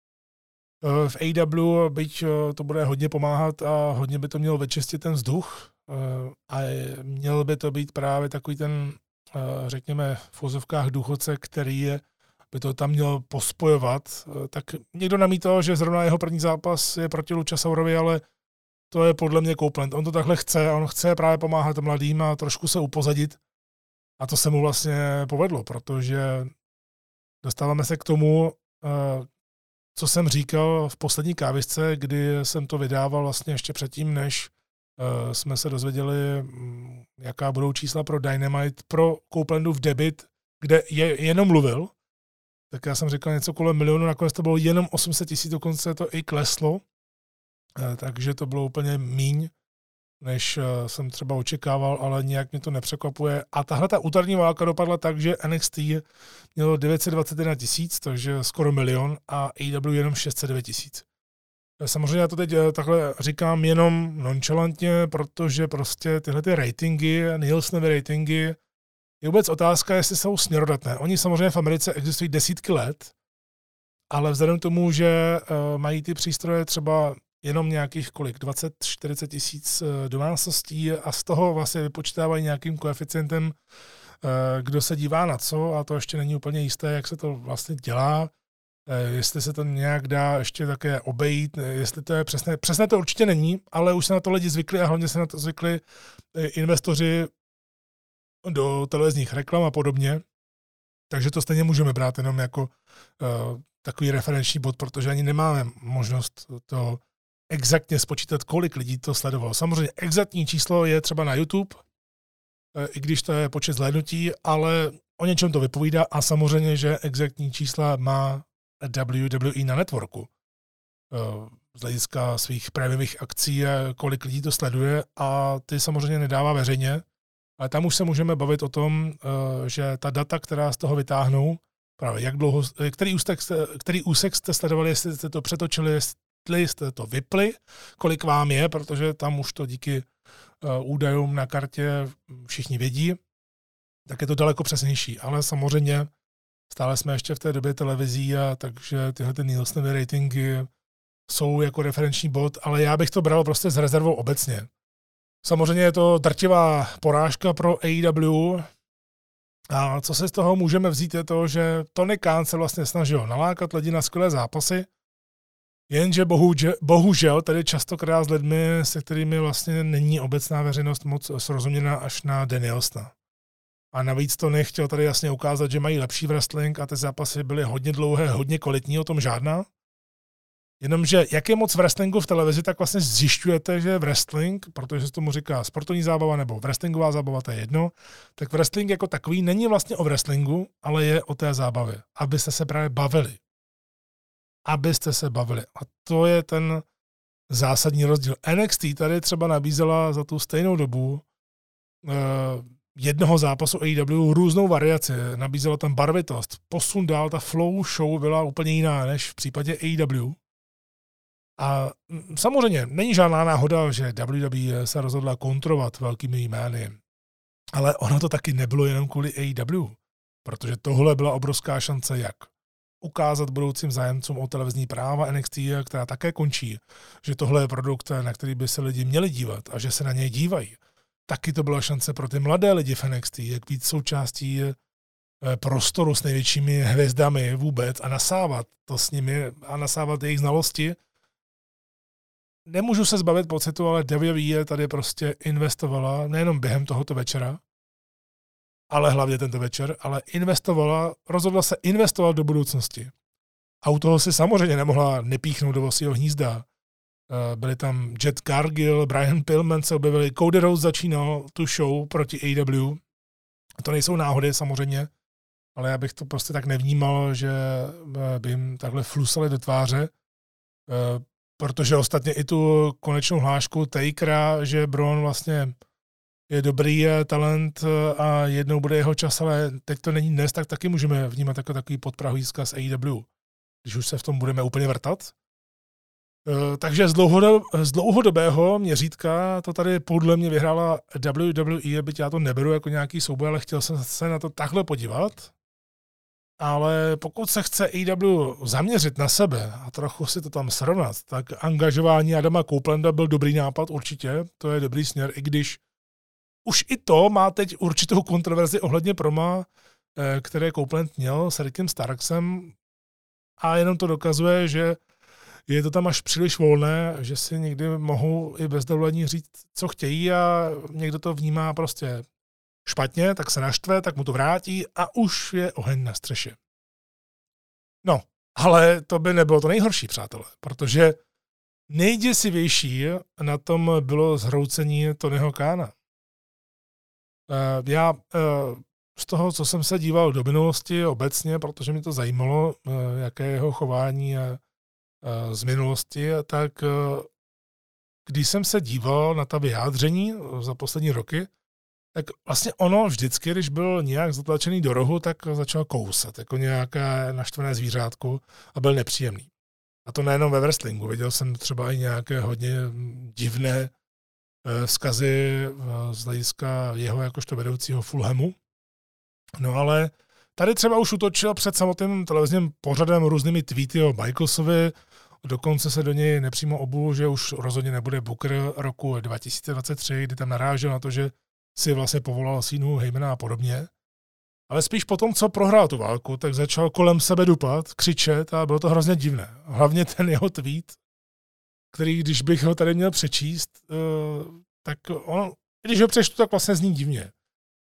v A E W, byť to bude hodně pomáhat a hodně by to mělo vyčistit ten vzduch a měl by to být právě takový ten, řekněme, v uvozovkách důchodce, který je, by to tam měl pospojovat. Tak někdo namítal, že zrovna jeho první zápas je proti Luchasaurovi, ale to je podle mě Copeland. On to takhle chce, on chce právě pomáhat mladým a trošku se upozadit. A to se mu vlastně povedlo, protože dostáváme se k tomu, co jsem říkal v poslední kávisce, kdy jsem to vydával vlastně ještě předtím, než jsme se dozvěděli, jaká budou čísla pro Dynamite, pro Copelandův debut, kde je jenom mluvil. Tak já jsem říkal něco kolem milionu, nakonec to bylo jenom osm set tisíc, dokonce to i kleslo. Takže to bylo úplně míň, než jsem třeba očekával, ale nějak mě to nepřekvapuje. A tahle ta úterní válka dopadla tak, že N X T mělo devět set dvacet jedna tisíc, takže skoro milion, a A E W jenom šest set devět tisíc. Samozřejmě já to teď takhle říkám jenom nonchalantně, protože prostě tyhle ty ratingy, Nielsenovy ratingy, je vůbec otázka, jestli jsou směrodatné. Oni samozřejmě v Americe existují desítky let, ale vzhledem k tomu, že mají ty přístroje třeba jenom nějakých kolik, dvacet čtyřicet tisíc domácností a z toho vlastně vypočítávají nějakým koeficientem, kdo se dívá na co, a to ještě není úplně jisté, jak se to vlastně dělá, jestli se to nějak dá ještě také obejít, jestli to je přesné. Přesné to určitě není, ale už se na to lidi zvykli a hlavně se na to zvykli investoři do televizních reklam a podobně, takže to stejně můžeme brát jenom jako uh, takový referenční bod, protože ani nemáme možnost to exaktně spočítat, kolik lidí to sledovalo. Samozřejmě exaktní číslo je třeba na YouTube, i když to je počet zhlédnutí, ale o něčem to vypovídá a samozřejmě, že exaktní čísla má W W E na networku. Z hlediska svých prémiových akcí, kolik lidí to sleduje a ty samozřejmě nedává veřejně, ale tam už se můžeme bavit o tom, že ta data, která z toho vytáhnou, právě jak dlouho, který úsek, který úsek jste sledovali, jestli jste to přetočili, jestli jste to vypli, kolik vám je, protože tam už to díky údajům na kartě všichni vědí, tak je to daleko přesnější. Ale samozřejmě stále jsme ještě v té době televizí, a takže tyhle ty Nielsenovy ratingy jsou jako referenční bod, ale já bych to bral prostě s rezervou obecně. Samozřejmě je to drtivá porážka pro A E W a co se z toho můžeme vzít je to, že Tony Khan se vlastně snažil nalákat lidi na skvělé zápasy, jenže bohužel, bohužel tady častokrát s lidmi, se kterými vlastně není obecná veřejnost moc srozuměna až na Danielsona. A navíc to nechtěl tady jasně ukázat, že mají lepší wrestling a ty zápasy byly hodně dlouhé, hodně kvalitní, o tom žádná. Jenomže jak je moc wrestlingu v televizi, tak vlastně zjišťujete, že wrestling, protože se tomu říká sportovní zábava nebo wrestlingová zábava, to je jedno, tak wrestling jako takový není vlastně o wrestlingu, ale je o té zábavě. Abyste se právě bavili. Abyste se bavili. A to je ten zásadní rozdíl. N X T tady třeba nabízela za tu stejnou dobu eh, jednoho zápasu A E W různou variaci. Nabízela tam barvitost. Posun dál, ta flow show byla úplně jiná než v případě A E W. A samozřejmě není žádná náhoda, že W W E se rozhodla kontrovat velkými jmény. Ale ono to taky nebylo jenom kvůli A E W, protože tohle byla obrovská šance, jak ukázat budoucím zájemcům o televizní práva N X T, která také končí, že tohle je produkt, na který by se lidi měli dívat a že se na něj dívají. Taky to byla šance pro ty mladé lidi v N X T, jak být součástí prostoru s největšími hvězdami vůbec a nasávat to s nimi a nasávat jejich znalosti. Nemůžu se zbavit pocitu, ale W W E tady prostě investovala nejenom během tohoto večera, ale hlavně tento večer, ale investovala, rozhodla se investovat do budoucnosti. A u toho si samozřejmě nemohla nepíchnout do svého hnízda. Byli tam Jet Cargill, Brian Pillman se objevili, Cody Rhodes začínal tu show proti A E W. To nejsou náhody samozřejmě, ale já bych to prostě tak nevnímal, že by jim takhle flusali do tváře, protože ostatně i tu konečnou hlášku Takera, že Braun vlastně je dobrý talent a jednou bude jeho čas, ale teď to není dnes, tak taky můžeme vnímat jako takový podprahový vzkaz A E W, když už se v tom budeme úplně vrtat. Takže z, dlouhodob, z dlouhodobého měřítka to tady podle mě vyhrála W W E, byť já to neberu jako nějaký souboj, ale chtěl jsem se na to takhle podívat. Ale pokud se chce A E W zaměřit na sebe a trochu si to tam srovnat, tak angažování Adama Copeland byl dobrý nápad určitě, to je dobrý směr, i když už i to má teď určitou kontroverzi ohledně proma, které Copeland měl s Rickem Starksem a jenom to dokazuje, že je to tam až příliš volné, že si někdy mohou i bez dovolení říct, co chtějí a někdo to vnímá prostě špatně, tak se naštve, tak mu to vrátí a už je oheň na střeše. No, ale to by nebylo to nejhorší, přátelé, protože nejděsivější na tom bylo zhroucení Tonyho Khana. Já z toho, co jsem se díval do minulosti obecně, protože mě to zajímalo, jaké je jeho chování z minulosti, tak když jsem se díval na ta vyjádření za poslední roky, tak vlastně ono vždycky, když byl nějak zatlačený do rohu, tak začal kousat, jako nějaké naštvané zvířátko a byl nepříjemný. A to nejenom ve wrestlingu. Viděl jsem třeba i nějaké hodně divné vzkazy z hlediska jeho jakožto vedoucího Fulhamu. No ale tady třeba už útočil před samotným televizním pořadem různými tweety o Michaelsovi, dokonce se do něj nepřímo obul, že už rozhodně nebude Booker roku dva tisíce dvacet tři, kdy tam narážel na to, že si vlastně povolal sínu Heymana a podobně. Ale spíš potom, co prohrál tu válku, tak začal kolem sebe dupat, křičet a bylo to hrozně divné. Hlavně ten jeho tweet, který, když bych ho tady měl přečíst, tak on, když ho přečtu, tak vlastně zní divně.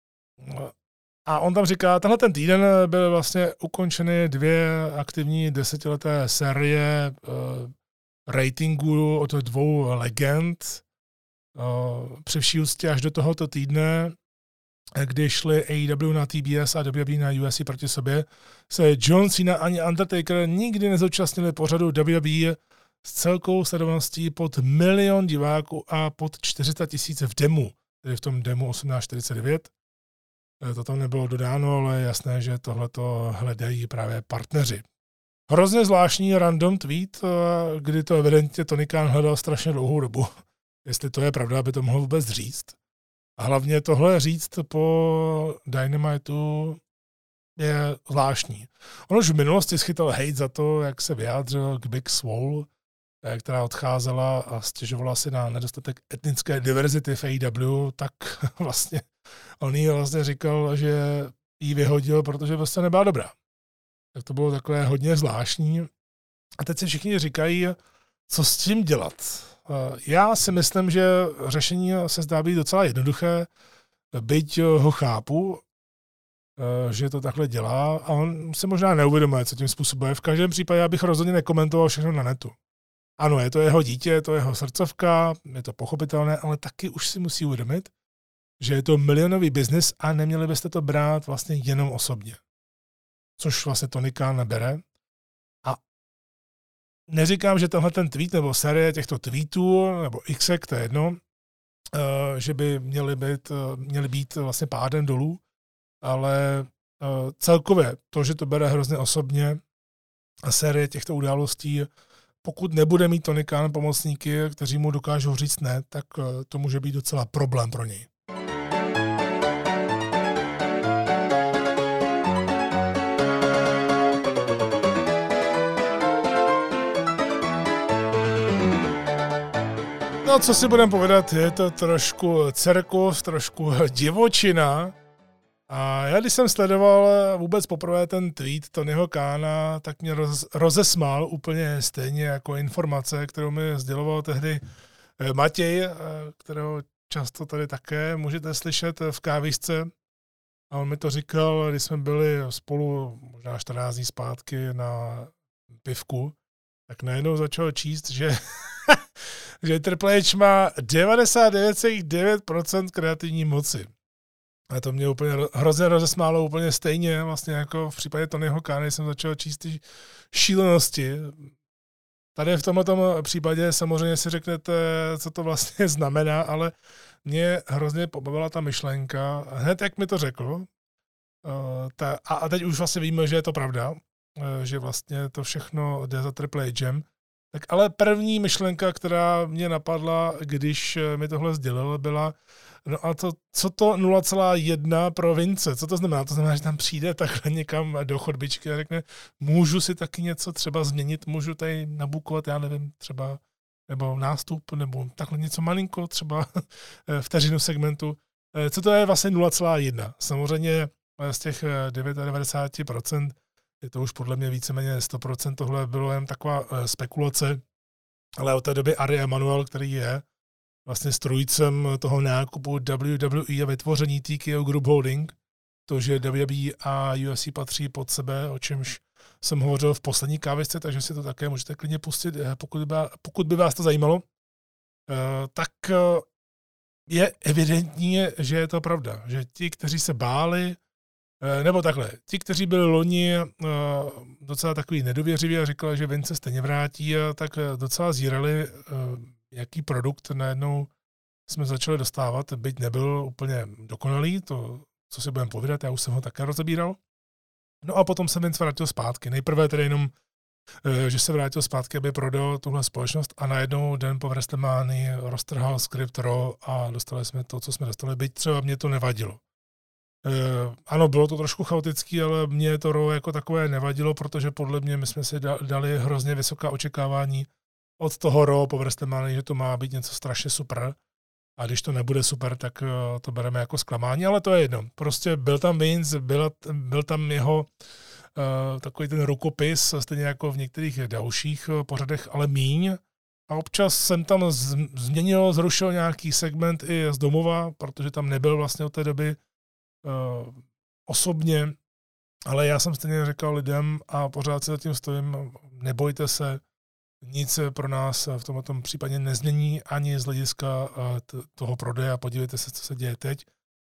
A on tam říká, tenhle ten týden byly vlastně ukončeny dvě aktivní desetileté série ratingů od dvou legend. Při vší úctě až do tohoto týdne když šli A E W na T B S a W W E na U F C proti sobě, se John Cena ani Undertaker nikdy nezúčastnili pořadu W W E s celkou sledovaností pod milion diváků a pod čtyři sta tisíc v demu, tedy v tom demu osmnáct čtyřicet devět. To tam nebylo dodáno, ale je jasné, že tohleto hledají právě partneři. Hrozně zvláštní random tweet, kdy to evidentně Tony Khan hledal strašně dlouhou dobu. Jestli to je pravda, aby to mohl vůbec říct. A hlavně tohle říct po Dynamitu je zvláštní. On už v minulosti schytal hate za to, jak se vyjádřil k Big Swole, která odcházela a stěžovala si na nedostatek etnické diverzity v A E W, tak vlastně on jí vlastně říkal, že jí vyhodil, protože vlastně nebyla dobrá. Tak to bylo takové hodně zvláštní. A teď si všichni říkají, co s tím dělat. Já si myslím, že řešení se zdá být docela jednoduché, byť ho chápu, že to takhle dělá a on se možná neuvědomuje, co tím způsobuje. V každém případě já bych rozhodně nekomentoval všechno na netu. Ano, je to jeho dítě, je to jeho srdcovka, je to pochopitelné, ale taky už si musí uvědomit, že je to milionový biznis a neměli byste to brát vlastně jenom osobně. Což vlastně Tony Khan nebere. A neříkám, že tenhle ten tweet nebo série těchto tweetů, nebo xek, to je jedno, že by měly být, měly být vlastně pádem dolů, ale celkově to, že to bere hrozně osobně a série těchto událostí, pokud nebude mít Tony Khan pomocníky, kteří mu dokážou říct ne, tak to může být docela problém pro něj. No, co si budeme povědat, je to trošku cirkus, trošku divočina. A já, když jsem sledoval vůbec poprvé ten tweet Tonyho Khana, tak mě roz, rozesmál úplně stejně jako informace, kterou mi sděloval tehdy Matěj, kterého často tady také můžete slyšet v kávisce. A on mi to říkal, když jsme byli spolu možná čtrnáct dní zpátky na pivku, tak najednou začal číst, že, že Triple H má devadesát devět celá devět procent kreativní moci. A to mě úplně hrozně rozesmálo úplně stejně, vlastně jako v případě Tonyho Khana jsem začal číst ty šílenosti. Tady v tomto případě samozřejmě si řeknete, co to vlastně znamená, ale mě hrozně pobavila ta myšlenka. Hned jak mi to řekl, a teď už vlastně víme, že je to pravda, že vlastně to všechno jde za Triple H'em, tak ale první myšlenka, která mě napadla, když mi tohle sdělil, byla, no a to, co to nula celá jedna pro Vince? Co to znamená? To znamená, že tam přijde takhle někam do chodbičky a řekne, můžu si taky něco třeba změnit, můžu tady nabukovat, já nevím, třeba nebo nástup, nebo takhle něco malinko, třeba vteřinu segmentu. Co to je vlastně nula celá jedna? Samozřejmě z těch devadesát devět procent je to už podle mě víceméně sto procent, tohle bylo jen taková spekulace, ale od té doby Ari Emanuel, který je vlastně strůjcem toho nákupu W W E a vytvoření T K O Group Holding, to, že W W E a U F C patří pod sebe, o čemž jsem hovořil v poslední kávisce, takže si to také můžete klidně pustit, pokud by, pokud by vás to zajímalo, tak je evidentní, že je to pravda, že ti, kteří se báli, nebo takhle, ti, kteří byli loni docela takový nedověřiví a říkali, že Vince stejně vrátí, tak docela zírali, jaký produkt najednou jsme začali dostávat, byť nebyl úplně dokonalý, to, co si budeme povídat, já už jsem ho také rozebíral. No a potom se Vince vrátil zpátky. Nejprve tedy jenom, že se vrátil zpátky, aby prodal tuhle společnost a najednou den po WrestleManii roztrhal skript Raw a dostali jsme to, co jsme dostali, byť třeba mě to nevadilo. Ano, bylo to trošku chaotický, ale mě to Raw jako takové nevadilo, protože podle mě my jsme si dali hrozně vysoká očekávání od toho Raw po WrestleManii, že to má být něco strašně super. A když to nebude super, tak to bereme jako zklamání, ale to je jedno. Prostě byl tam Vince, byl, byl tam jeho uh, takový ten rukopis, stejně jako v některých dalších pořadech, ale míň. A občas jsem tam z, změnil, zrušil nějaký segment i z domova, protože tam nebyl vlastně od té doby uh, osobně. Ale já jsem stejně říkal lidem a pořád si za tím stojím, nebojte se, nic pro nás v tomto případě nezmění ani z hlediska toho prodeje a podívejte se, co se děje teď.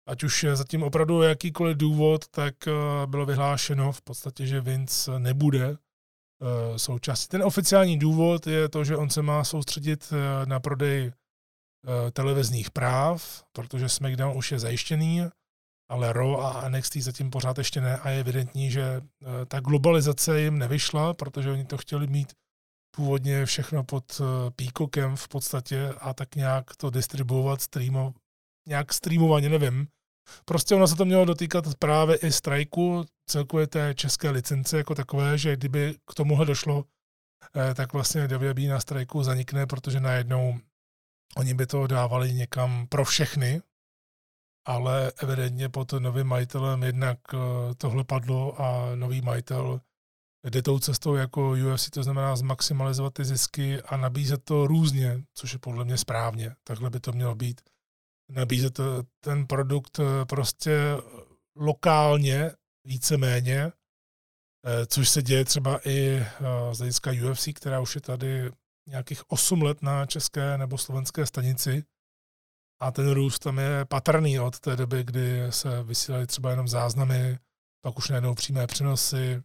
ať už je zatím opravdu jakýkoliv důvod, tak bylo vyhlášeno v podstatě, že Vince nebude součástí. Ten oficiální důvod je to, že on se má soustředit na prodej televizních práv, protože SmackDown už je zajištěný, ale Raw a N X T zatím pořád ještě ne a je evidentní, že ta globalizace jim nevyšla, protože oni to chtěli mít původně všechno pod Peacockem v podstatě a tak nějak to distribuovat, streamo, nějak streamovaně, nevím. Prostě ono se to mělo dotýkat právě i strajku, celkově té české licence jako takové, že kdyby k tomuhle došlo, tak vlastně W W E na strajku zanikne, protože najednou oni by to dávali někam pro všechny, ale evidentně pod novým majitelem jednak tohle padlo a nový majitel jde tou cestou jako U F C, to znamená zmaximalizovat ty zisky a nabízet to různě, což je podle mě správně. Takhle by to mělo být. Nabízet ten produkt prostě lokálně, víceméně, což se děje třeba i z hlediska U F C, která už je tady nějakých osm let na české nebo slovenské stanici. A ten růst tam je patrný od té doby, kdy se vysílaly třeba jenom záznamy, pak už najednou přímé přenosy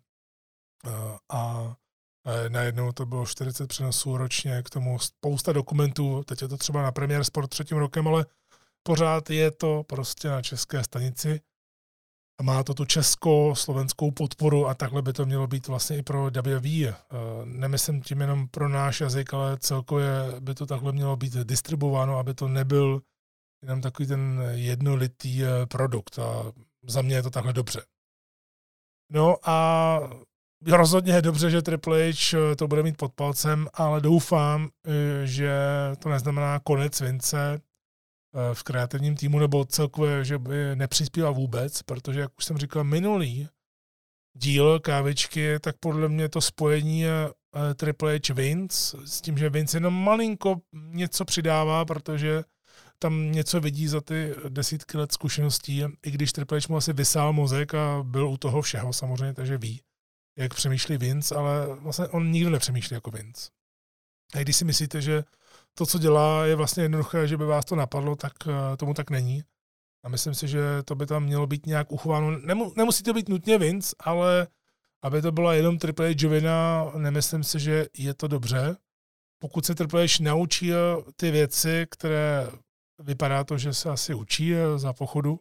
a najednou to bylo čtyřicet přenosů ročně, k tomu spousta dokumentů, teď je to třeba na Premier Sport třetím rokem, ale pořád je to prostě na české stanici a má to tu česko-slovenskou podporu a takhle by to mělo být vlastně i pro W W E. Nemyslím tím jenom pro náš jazyk, ale celkově by to takhle mělo být distribuováno, aby to nebyl jenom takový ten jednolitý produkt a za mě je to takhle dobře. No a rozhodně je dobře, že Triple H to bude mít pod palcem, ale doufám, že to neznamená konec Vince v kreativním týmu, nebo celkově, že by nepřispíval vůbec, protože, jak už jsem říkal, minulý díl Kávičky, tak podle mě to spojení je Triple H Vince, s tím, že Vince jenom malinko něco přidává, protože tam něco vidí za ty desítky let zkušeností, i když Triple H mu asi vysál mozek a byl u toho všeho samozřejmě, takže ví, jak přemýšlí Vince, ale vlastně on nikdo nepřemýšlí jako Vince. A když si myslíte, že to, co dělá, je vlastně jednoduché, že by vás to napadlo, tak tomu tak není. A myslím si, že to by tam mělo být nějak uchováno. Nemu, nemusí to být nutně Vince, ale aby to byla jenom Triple H-ovina, nemyslím si, že je to dobře. Pokud se Triple H naučí ty věci, které vypadá to, že se asi učí za pochodu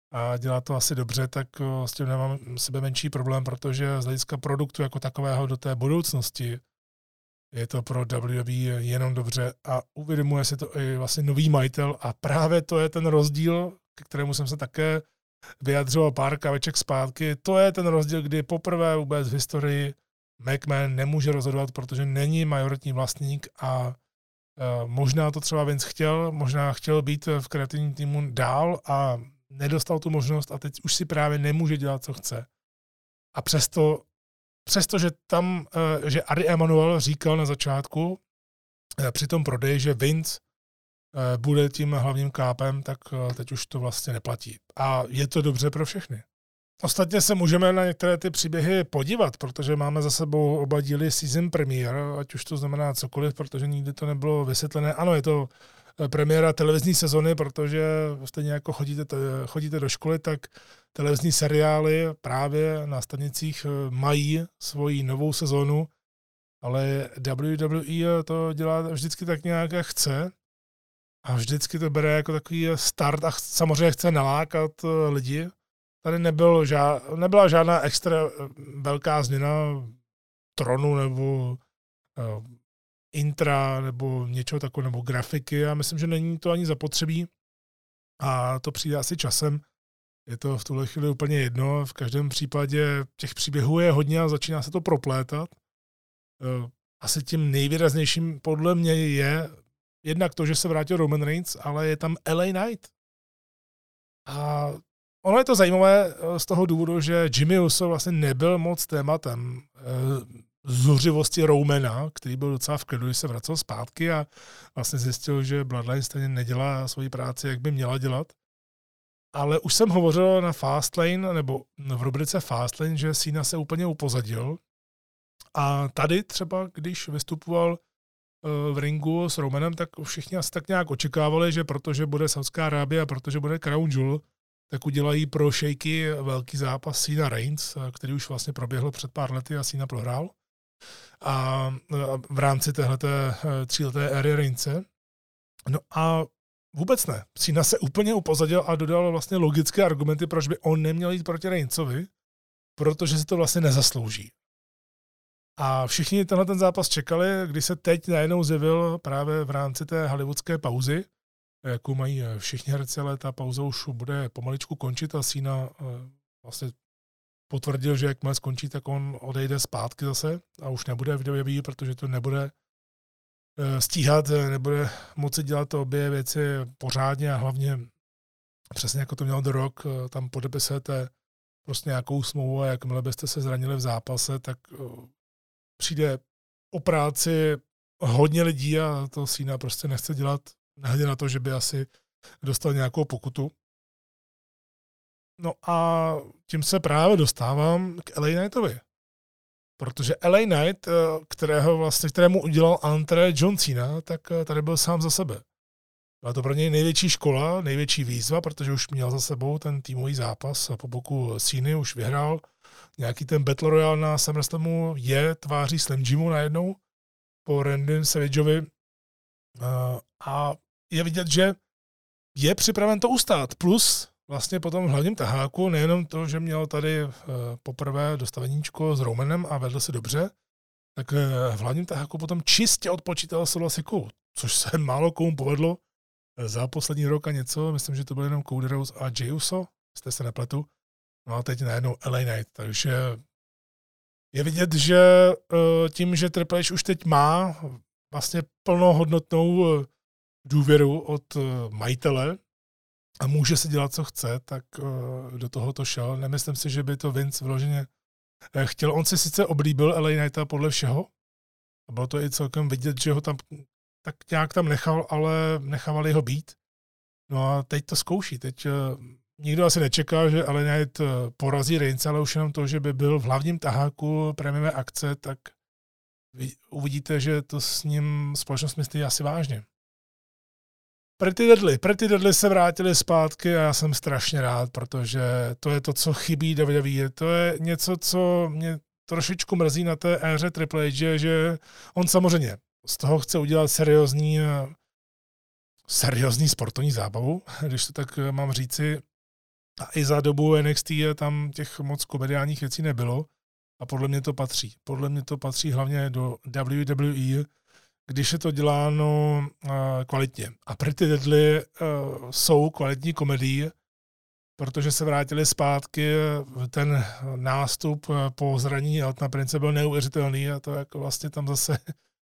a dělá to asi dobře, tak s tím nemám sebe menší problém, protože z hlediska produktu jako takového do té budoucnosti je to pro W W E jenom dobře a uvědomuje si to i vlastně nový majitel a právě to je ten rozdíl, ke kterému jsem se také vyjadřoval pár káveček zpátky. To je ten rozdíl, kdy poprvé vůbec v historii McMahon nemůže rozhodovat, protože není majoritní vlastník a uh, možná to třeba Vince chtěl, možná chtěl být v kreativním týmu dál a nedostal tu možnost a teď už si právě nemůže dělat, co chce. A přesto Přestože tam, že Ari Emanuel říkal na začátku při tom prodeji, že Vince bude tím hlavním kápem, tak teď už to vlastně neplatí. A je to dobře pro všechny. Ostatně se můžeme na některé ty příběhy podívat, protože máme za sebou oba díly season premiere, ať už to znamená cokoliv, protože nikdy to nebylo vysvětlené. Ano, je to premiéra televizní sezony, protože stejně jako chodíte, chodíte do školy, tak televizní seriály právě na stanicích mají svoji novou sezonu, ale W W E to dělá vždycky tak nějak, jak chce a vždycky to bere jako takový start a samozřejmě chce nalákat lidi. Tady nebyl žád, nebyla žádná extra velká změna tronu nebo intra nebo něčeho takového, nebo grafiky. Já myslím, že není to ani zapotřebí a to přijde asi časem. Je to v tuhle chvíli úplně jedno. V každém případě těch příběhů je hodně a začíná se to proplétat. Asi tím nejvýraznějším podle mě je jednak to, že se vrátil Roman Reigns, ale je tam L A Knight. A ono je to zajímavé z toho důvodu, že Jimmy Uso vlastně nebyl moc tématem zuřivosti Romana, který byl docela v klidu, když se vracel zpátky a vlastně zjistil, že Bloodline stejně nedělá svoji práci, jak by měla dělat. Ale už jsem hovořil na Fastlane, nebo v rubrice Fastlane, že Cena se úplně upozadil. A tady třeba, když vystupoval v ringu s Romanem, tak všichni asi tak nějak očekávali, že protože bude Saudská Arábie a protože bude Crown Jewel, tak udělají pro šejky velký zápas Cena Reigns, který už vlastně proběhl před pár lety a Cena prohrál. A v rámci téhleté tříleté éry Reignse. No a vůbec ne. Cena se úplně upozadil a dodal vlastně logické argumenty, proč by on neměl jít proti Reignsovi, protože si to vlastně nezaslouží. A všichni tenhle ten zápas čekali, když se teď najednou zjevil právě v rámci té hollywoodské pauzy, jakou mají všichni herci, ale ta pauza už bude pomaličku končit a Cena vlastně potvrdil, že jakmile skončí, tak on odejde zpátky zase a už nebude v W W E, protože to nebude stíhat, nebude moci dělat obě věci pořádně a hlavně přesně jako to měl The Rock, tam podepisujete prostě nějakou smlouvu a jakmile byste se zranili v zápase, tak přijde o práci hodně lidí a to Cena prostě nechce dělat, nehledě na to, že by asi dostal nějakou pokutu. No a tím se právě dostávám k L A Knightovi. Protože L A Knight, kterého vlastně, kterému udělal Andre John Cena, tak tady byl sám za sebe. Byla to pro něj největší škola, největší výzva, protože už měl za sebou ten týmový zápas po boku Ceny, už vyhrál. Nějaký ten Battle Royale na SummerSlamu je tváří Slim Jimu najednou po Randym Savageovi. A je vidět, že je připraven to ustát. Plus vlastně po tom hlavním taháku nejenom to, že měl tady poprvé dostaveníčko s Romanem a vedl si dobře, tak v hlavním taháku potom čistě odpočítal Solo Sikou, což se málo komu povedlo za poslední rok a něco. Myslím, že to byl jenom Cody Rhodes a Jey Uso, jste se nepletu. No a teď najednou L A Knight, takže je vidět, že tím, že Triple H už teď má vlastně plnohodnotnou důvěru od majitele a může si dělat, co chce, tak do toho to šel. Nemyslím si, že by to Vince vyloženě chtěl. On si sice oblíbil L A Knighta podle všeho a bylo to i celkem vidět, že ho tam tak nějak tam nechal, ale nechávali ho být. No a teď to zkouší. Teď nikdo asi nečeká, že L A Knight porazí Reignse, ale už jenom to, že by byl v hlavním taháku prémiové akce, tak uvidíte, že to s ním společnost myslí asi vážně. Pretty Deadly. Pretty Deadly se vrátili zpátky a já jsem strašně rád, protože to je to, co chybí W W E. To je něco, co mě trošičku mrzí na té éře Triple H, že on samozřejmě z toho chce udělat seriózní, seriózní sportovní zábavu, když to tak mám říci. A i za dobu N X T tam těch moc komediálních věcí nebylo a podle mě to patří. Podle mě to patří hlavně do W W E, když je to děláno uh, kvalitně. A Pretty Deadly uh, jsou kvalitní komedii, protože se vrátili zpátky, ten nástup po zranění Eltona Prince byl neuvěřitelný a to jako vlastně tam zase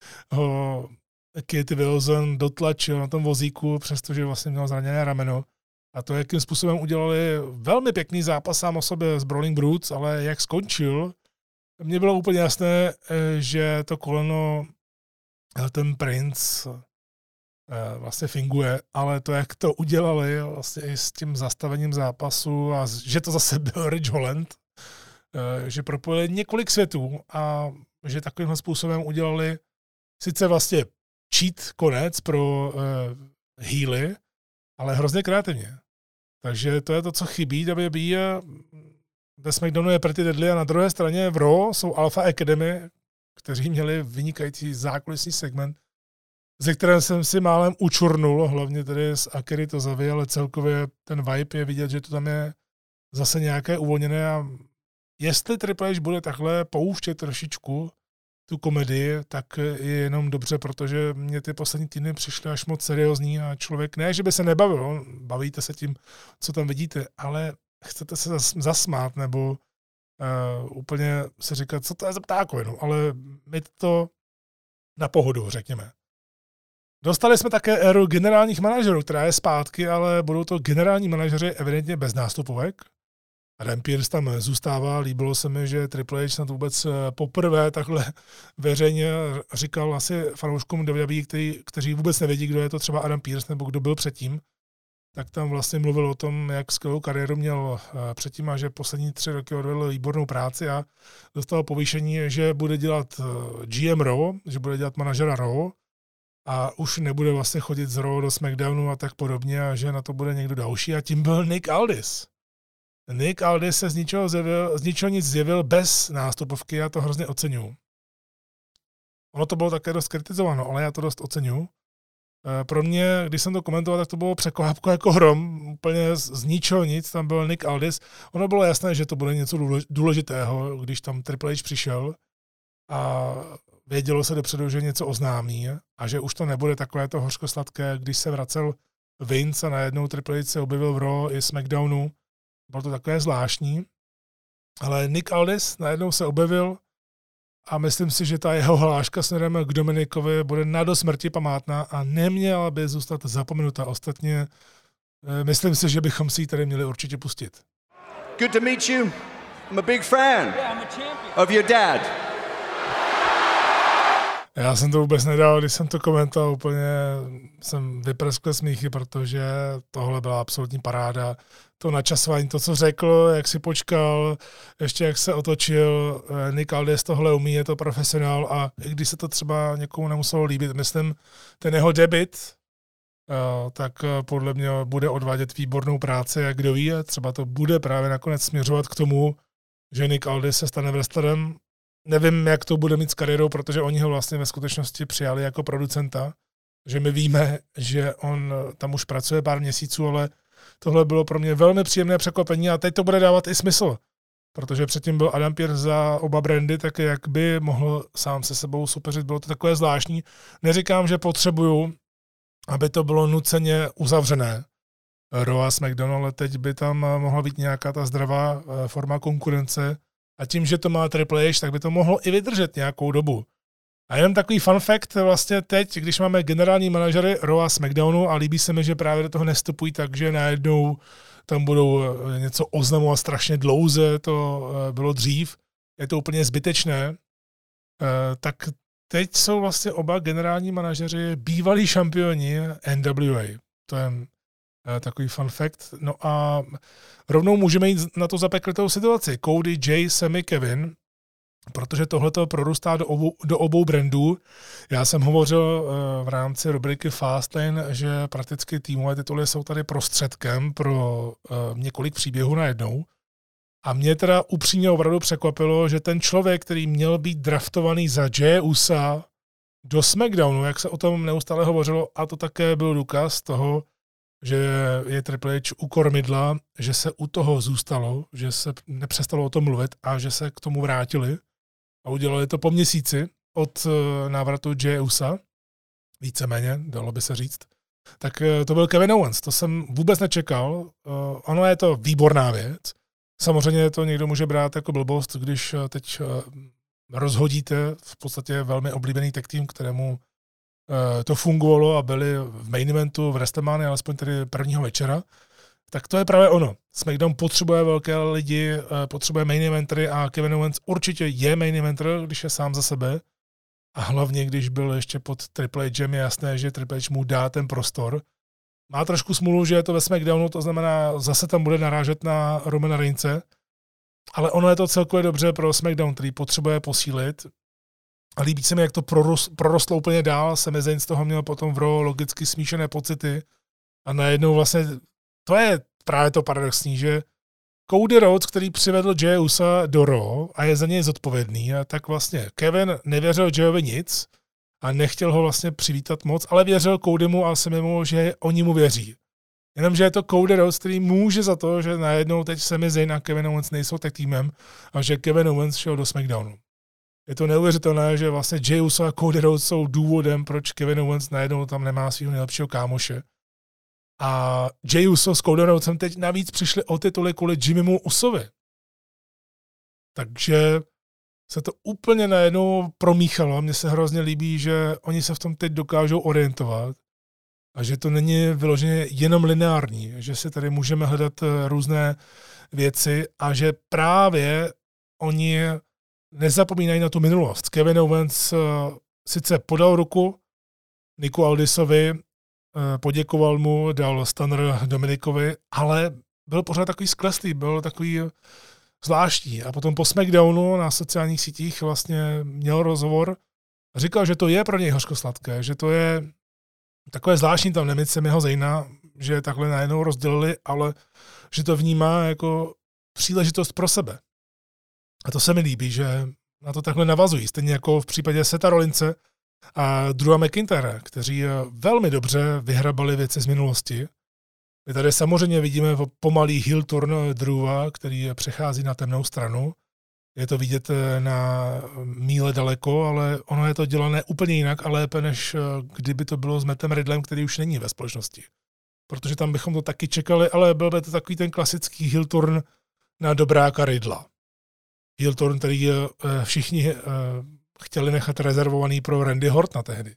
ho Katie Wilson dotlačil na tom vozíku, přestože vlastně měl zraněné rameno. A to, jakým způsobem udělali velmi pěkný zápas sám o sobě s Brawling Brutes, ale jak skončil, mně bylo úplně jasné, že to koleno ten Prince vlastně finguje, ale to, jak to udělali vlastně i s tím zastavením zápasu a že to zase byl Ridge Holland, že propojili několik světů a že takovým způsobem udělali sice vlastně cheat konec pro uh, healy, ale hrozně kreativně. Takže to je to, co chybí W W E. Ve SmackDownu je Pretty Deadly a na druhé straně v Raw jsou Alpha Academy, kteří měli vynikající zákulisní segment, ze kterém jsem si málem učurnul, hlavně tedy z Akery to zavy, ale celkově ten vibe je vidět, že to tam je zase nějaké uvolněné a jestli Triple H bude takhle pouštět trošičku tu komedii, tak je jenom dobře, protože mě ty poslední týdny přišly až moc seriózní a člověk, ne, že by se nebavil, bavíte se tím, co tam vidíte, ale chcete se zasmát nebo uh, úplně se říkat, co to je za ptákovinu, ale mít to na pohodu, řekněme. Dostali jsme také éru generálních manažerů, která je zpátky, ale budou to generální manažeři evidentně bez nástupovek. Adam Pearce tam zůstává, líbilo se mi, že Triple H na to vůbec poprvé takhle veřejně říkal asi fanouškům W W E, který, kteří vůbec nevědí, kdo je to třeba Adam Pearce nebo kdo byl předtím, tak tam vlastně mluvil o tom, jak skvělou kariéru měl předtím a že poslední tři roky odvedl výbornou práci a dostal povýšení, že bude dělat G M Raw, že bude dělat manažera Raw a už nebude vlastně chodit z Raw do SmackDownu a tak podobně a že na to bude někdo další a tím byl Nick Aldis. Nick Aldis se z ničeho, zjevil, z ničeho nic zjevil bez nástupovky, já to hrozně oceňuju. Ono to bylo také dost kritizováno, ale já to dost oceňuju. Pro mě, když jsem to komentoval, tak to bylo překvápko jako hrom, úplně z, z ničeho nic, tam byl Nick Aldis. Ono bylo jasné, že to bude něco důležitého, když tam Triple H přišel a vědělo se dopředu, že něco oznámí a že už to nebude takové to hořkosladké, když se vracel Vince a najednou Triple H se objevil v Raw i SmackDownu. Bylo to takové zvláštní, ale Nick Aldis najednou se objevil a myslím si, že ta jeho hláška směrem k Dominikovi bude na do smrti památná a neměla by zůstat zapomenuta. Ostatně myslím si, že bychom si ji tady měli určitě pustit. Good to meet you. I'm a big fan of your dad. Já jsem to vůbec nedal, když jsem to komentoval, úplně jsem vyprskl smíchy, protože tohle byla absolutní paráda. To načasování, to, co řekl, jak si počkal, ještě jak se otočil, Nick Aldis tohle umí, je to profesionál a i když se to třeba někomu nemuselo líbit, myslím, ten jeho debut, tak podle mě bude odvádět výbornou práci, jak kdo ví, třeba to bude právě nakonec směřovat k tomu, že Nick Aldis se stane wrestlerem. Nevím, jak to bude mít s kariérou, protože oni ho vlastně ve skutečnosti přijali jako producenta, že my víme, že on tam už pracuje pár měsíců, ale tohle bylo pro mě velmi příjemné překvapení a teď to bude dávat i smysl, protože předtím byl Adam Pearce za oba brandy, tak jak by mohl sám se sebou soupeřit, bylo to takové zvláštní. Neříkám, že potřebuju, aby to bylo nuceně uzavřené, Raw a SmackDown, ale teď by tam mohla být nějaká ta zdravá forma konkurence a tím, že to má Triple H, tak by to mohlo i vydržet nějakou dobu. A jenom takový fun fact, vlastně teď, když máme generální manažery Raw a SmackDownu a líbí se mi, že právě do toho nestupují, takže najednou tam budou něco oznamovat strašně dlouze, to bylo dřív, je to úplně zbytečné, tak teď jsou vlastně oba generální manažeři bývalí šampioni N W A. To je takový fun fact. No a rovnou můžeme jít na to zapeklitou situaci. Cody, Jay, Sami, Kevin, protože tohleto prorůstá do obou, do obou brandů. Já jsem hovořil v rámci rubriky Fastlane, že prakticky týmové tituly jsou tady prostředkem pro několik příběhů najednou. A mě teda upřímně opravdu překvapilo, že ten člověk, který měl být draftovaný za Jay Usa do SmackDownu, jak se o tom neustále hovořilo, a to také byl důkaz toho, že je Triple H u kormidla, že se u toho zůstalo, že se nepřestalo o tom mluvit a že se k tomu vrátili a udělali to po měsíci od návratu Jay Usa, víceméně, dalo by se říct. Tak to byl Kevin Owens, to jsem vůbec nečekal. Ono je to výborná věc. Samozřejmě to někdo může brát jako blbost, když teď rozhodíte v podstatě velmi oblíbený tag team, kterému to fungovalo a byli v main eventu v WrestleMania, alespoň tedy prvního večera, tak to je právě ono. SmackDown potřebuje velké lidi, potřebuje main eventery a Kevin Owens určitě je main eventer, když je sám za sebe a hlavně, když byl ještě pod Triple H'em, je jasné, že Triple H mu dá ten prostor. Má trošku smůlu, že je to ve SmackDownu, to znamená, zase tam bude narážet na Romana Reignse, ale ono je to celkově dobře pro SmackDown, který potřebuje posílit. A líbí se mi, jak to prorostlo úplně dál. Sami Zayn z toho měl potom v Raw logicky smíšené pocity. A najednou vlastně, to je právě to paradoxní, že Cody Rhodes, který přivedl Jay Usa do Raw a je za něj zodpovědný, a tak vlastně Kevin nevěřil Jayovi nic a nechtěl ho vlastně přivítat moc, ale věřil Codymu a Samimu, že oni mu věří. Jenomže je to Cody Rhodes, který může za to, že najednou teď Sami Zayn a Kevin Owens nejsou tak týmem a že Kevin Owens šel do SmackDownu. Je to neuvěřitelné, že vlastně Jay Uso a Cody Rhodes jsou důvodem, proč Kevin Owens najednou tam nemá svého nejlepšího kámoše. A Jay Uso s Cody Rhodesem teď navíc přišli o tituly kvůli Jimmymu Usovi. Takže se to úplně najednou promíchalo. Mně se hrozně líbí, že oni se v tom teď dokážou orientovat a že to není vyloženě jenom lineární, že si tady můžeme hledat různé věci a že právě oni nezapomínají na tu minulost. Kevin Owens uh, sice podal ruku Niku Aldisovi, uh, poděkoval mu, dal stunner Dominikovi, ale byl pořád takový skleslý, byl takový zvláštní. A potom po SmackDownu na sociálních sítích vlastně měl rozhovor a říkal, že to je pro něj hořkosladké, že to je takové zvláštní tam nemit Samiho Zayna, že takhle najednou rozdělili, ale že to vnímá jako příležitost pro sebe. A to se mi líbí, že na to takhle navazují. Stejně jako v případě Setha Rollinse a Drewa McIntyre, kteří velmi dobře vyhrabali věci z minulosti. My tady samozřejmě vidíme pomalý heel turn Drewa, který přechází na temnou stranu. Je to vidět na míle daleko, ale ono je to dělané úplně jinak a lépe, než kdyby to bylo s Mattem Riddlem, který už není ve společnosti. Protože tam bychom to taky čekali, ale byl by to takový ten klasický heel turn na dobráka Riddla. Heel turn, který všichni chtěli nechat rezervovaný pro Randy Ortona tehdy.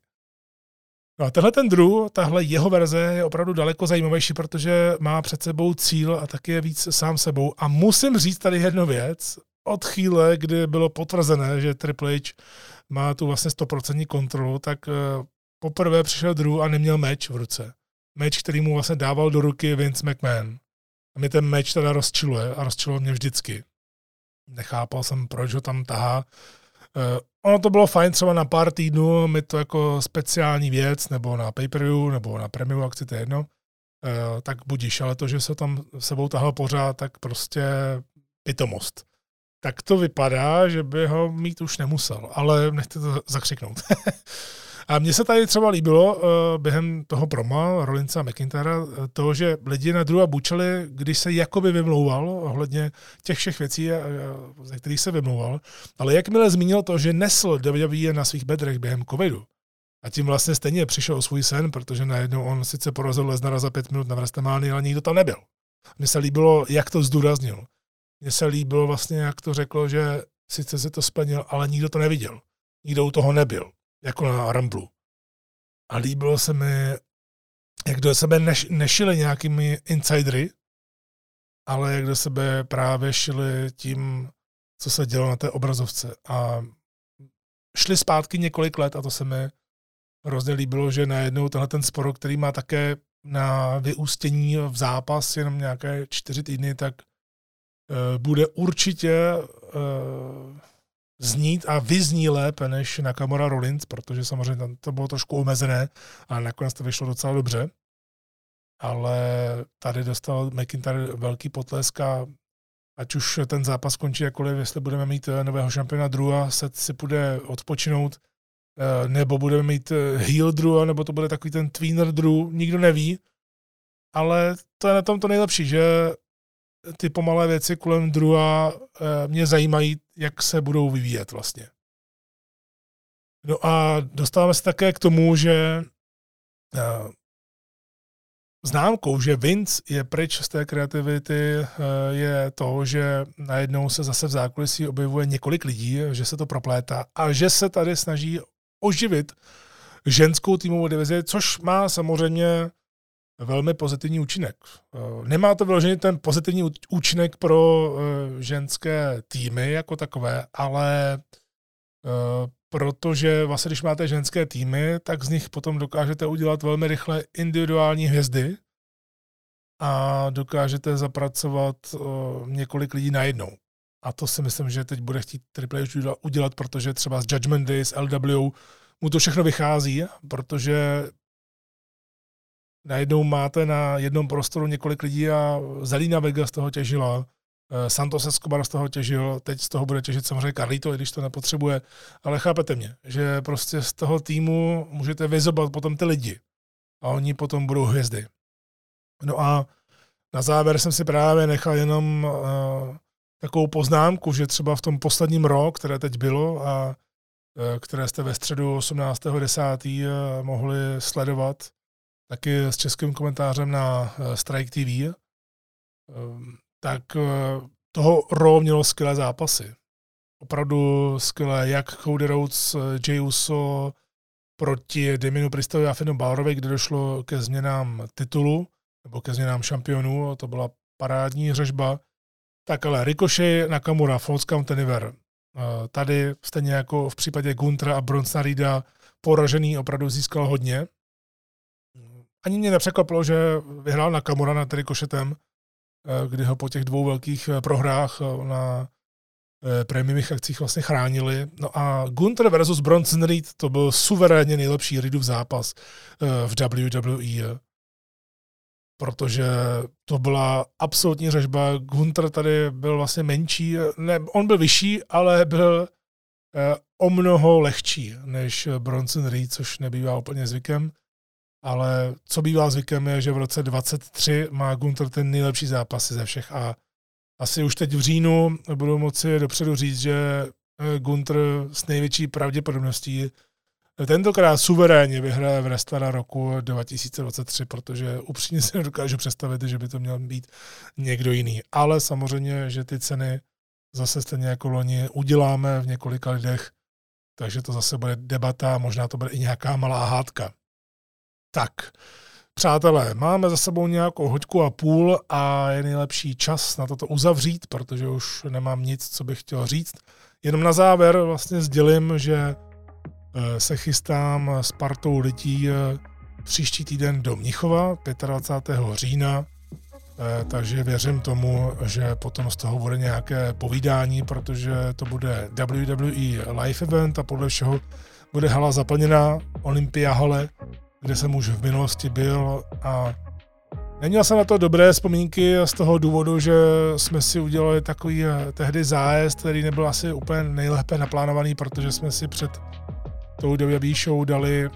No a tenhle ten Drew, tahle jeho verze je opravdu daleko zajímavější, protože má před sebou cíl a taky je víc sám sebou. A musím říct tady jednu věc. Od chvíle, kdy bylo potvrzené, že Triple H má tu vlastně sto procent kontrolu, tak poprvé přišel Drew a neměl meč v ruce. Meč, který mu vlastně dával do ruky Vince McMahon. A mě ten meč teda rozčiluje a rozčiloval mě vždycky. Nechápal jsem, proč ho tam tahá. Uh, ono to bylo fajn třeba na pár týdnů, mi to jako speciální věc, nebo na pay-per-view, nebo na premium akci, to je jedno. Uh, tak budíš, ale to, že se tam sebou tahal pořád, tak prostě pitomost. Tak to vypadá, že by ho mít už nemusel, ale nechte to zakřiknout. A mně se tady třeba líbilo uh, během toho proma Rollinsa a McIntyra uh, to, že lidi na Drewa bučeli, když se jakoby vymlouval ohledně těch všech věcí, uh, ze kterých se vymlouval, ale jakmile zmínil to, že nesl W W E na svých bedrech během covidu a tím vlastně stejně přišel o svůj sen, protože najednou on sice porazil Lesnara za pět minut na WrestleMania, ale nikdo tam nebyl. Mně se líbilo, jak to zdůraznil. Mně se líbilo vlastně, jak to řekl, že sice se to splnil, ale nikdo to neviděl. Nikdo u toho nebyl. Jako na Rumblu. A líbilo se mi, jak do sebe neš, nešili nějakými insidery, ale jak do sebe právě šili tím, co se dělo na té obrazovce. A šli zpátky několik let a to se mi hrozně líbilo, že najednou tenhle ten spor, který má také na vyústění v zápas jenom nějaké čtyři týdny, tak uh, bude určitě uh, znít a vyzní lépe než Nakamura Rollins, protože samozřejmě tam to bylo trošku omezené a nakonec to vyšlo docela dobře. Ale tady dostal McIntyre velký potlesk a ať už ten zápas končí jakkoliv, jestli budeme mít nového šampiona Drewa, se si půjde odpočinout, nebo budeme mít heel Drewa, nebo to bude takový ten tweener Drew, nikdo neví. Ale to je na tom to nejlepší, že ty pomalé věci kolem Drewa mě zajímají, jak se budou vyvíjet vlastně. No a dostáváme se také k tomu, že známkou, že Vince je pryč z té kreativity, je to, že najednou se zase v zákulisí objevuje několik lidí, že se to proplétá a že se tady snaží oživit ženskou týmovou divizi, což má samozřejmě velmi pozitivní účinek. Nemá to vyložený ten pozitivní účinek pro ženské týmy jako takové, ale protože vlastně, když máte ženské týmy, tak z nich potom dokážete udělat velmi rychle individuální hvězdy a dokážete zapracovat několik lidí najednou. A to si myslím, že teď bude chtít Triple H udělat, protože třeba z Judgment Day, z L W mu to všechno vychází, protože najednou máte na jednom prostoru několik lidí a Zelina Vega z toho těžila, Santos Escobar z toho těžil, teď z toho bude těžit samozřejmě Carlito, i když to nepotřebuje, ale chápete mě, že prostě z toho týmu můžete vyzobat potom ty lidi a oni potom budou hvězdy. No a na závěr jsem si právě nechal jenom uh, takovou poznámku, že třeba v tom posledním Raw, které teď bylo a uh, které jste ve středu osmnáctého desátého Uh, mohli sledovat, taky s českým komentářem na uh, Strike T V, uh, tak uh, toho Raw mělo skvělé zápasy. Opravdu skvělé, jak Cody Rhodes, Jey Uso proti Damienu Priestově a Finnu Balorovi, kde došlo ke změnám titulu, nebo ke změnám šampionů, to byla parádní řežba. Tak ale Ricochet, Nakamura, Falls Count Anywhere. Tady stejně jako v případě Guntera a Bronsona Reeda poražený opravdu získal hodně. Ani mě nepřekvapilo, že vyhrál Nakamura nad Ricochetem, kdy ho po těch dvou velkých prohrách na prémiových akcích vlastně chránili. No a Gunther versus Bronson Reed, to byl suverénně nejlepší Reedův zápas v W W E. protože to byla absolutní řežba. Gunther tady byl vlastně menší, ne, on byl vyšší, ale byl eh, o mnoho lehčí než Bronson Reed, což nebývá úplně zvykem. Ale co bývá zvykem je, že v roce dvacet tři má Gunther ten nejlepší zápasy ze všech a asi už teď v říjnu budu moci dopředu říct, že Gunther s největší pravděpodobností tentokrát suverénně vyhraje wrestlera roku dva tisíce dvacet tři, protože upřímně si nedokážu představit, že by to měl být někdo jiný. Ale samozřejmě, že ty ceny zase stejně jako loni uděláme v několika lidech, takže to zase bude debata, možná to bude i nějaká malá hádka. Tak, přátelé, máme za sebou nějakou hoďku a půl a je nejlepší čas na toto uzavřít, protože už nemám nic, co bych chtěl říct. Jenom na závěr vlastně sdělím, že se chystám s partou lidí příští týden do Mnichova, dvacátého pátého října, takže věřím tomu, že potom z toho bude nějaké povídání, protože to bude W W E live event a podle všeho bude hala zaplněná, Olympia hale, kde jsem už v minulosti byl a neměl jsem na to dobré vzpomínky z toho důvodu, že jsme si udělali takový tehdy zájezd, který nebyl asi úplně nejlépe naplánovaný, protože jsme si před tou W W E show dali uh,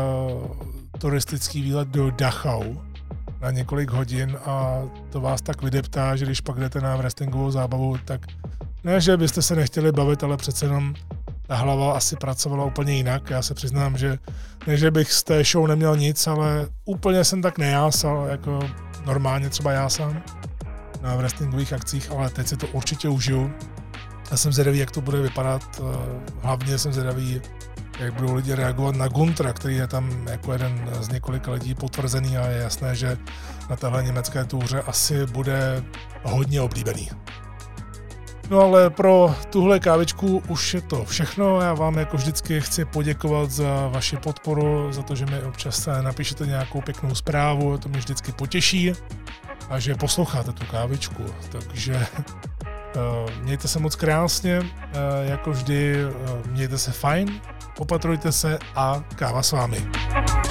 turistický výlet do Dachau na několik hodin a to vás tak vydeptá, že když pak jdete na wrestlingovou zábavu, tak ne, že byste se nechtěli bavit, ale přece jenom ta hlava asi pracovala úplně jinak. Já se přiznám, že ne, že bych z té show neměl nic, ale úplně jsem tak nejásal, jako normálně třeba já sám na wrestlingových akcích, ale teď si to určitě užiju. Já jsem zvědavý, jak to bude vypadat. Hlavně jsem zvědavý, jak budou lidi reagovat na Gunthera, který je tam jako jeden z několika lidí potvrzený a je jasné, že na téhle německé túře asi bude hodně oblíbený. No ale pro tuhle kávičku už je to všechno. Já vám jako vždycky chci poděkovat za vaši podporu, za to, že mi občas napíšete nějakou pěknou zprávu, to mě vždycky potěší a že posloucháte tu kávičku. Takže mějte se moc krásně, jako vždy, mějte se fajn, opatrujte se a káva s vámi.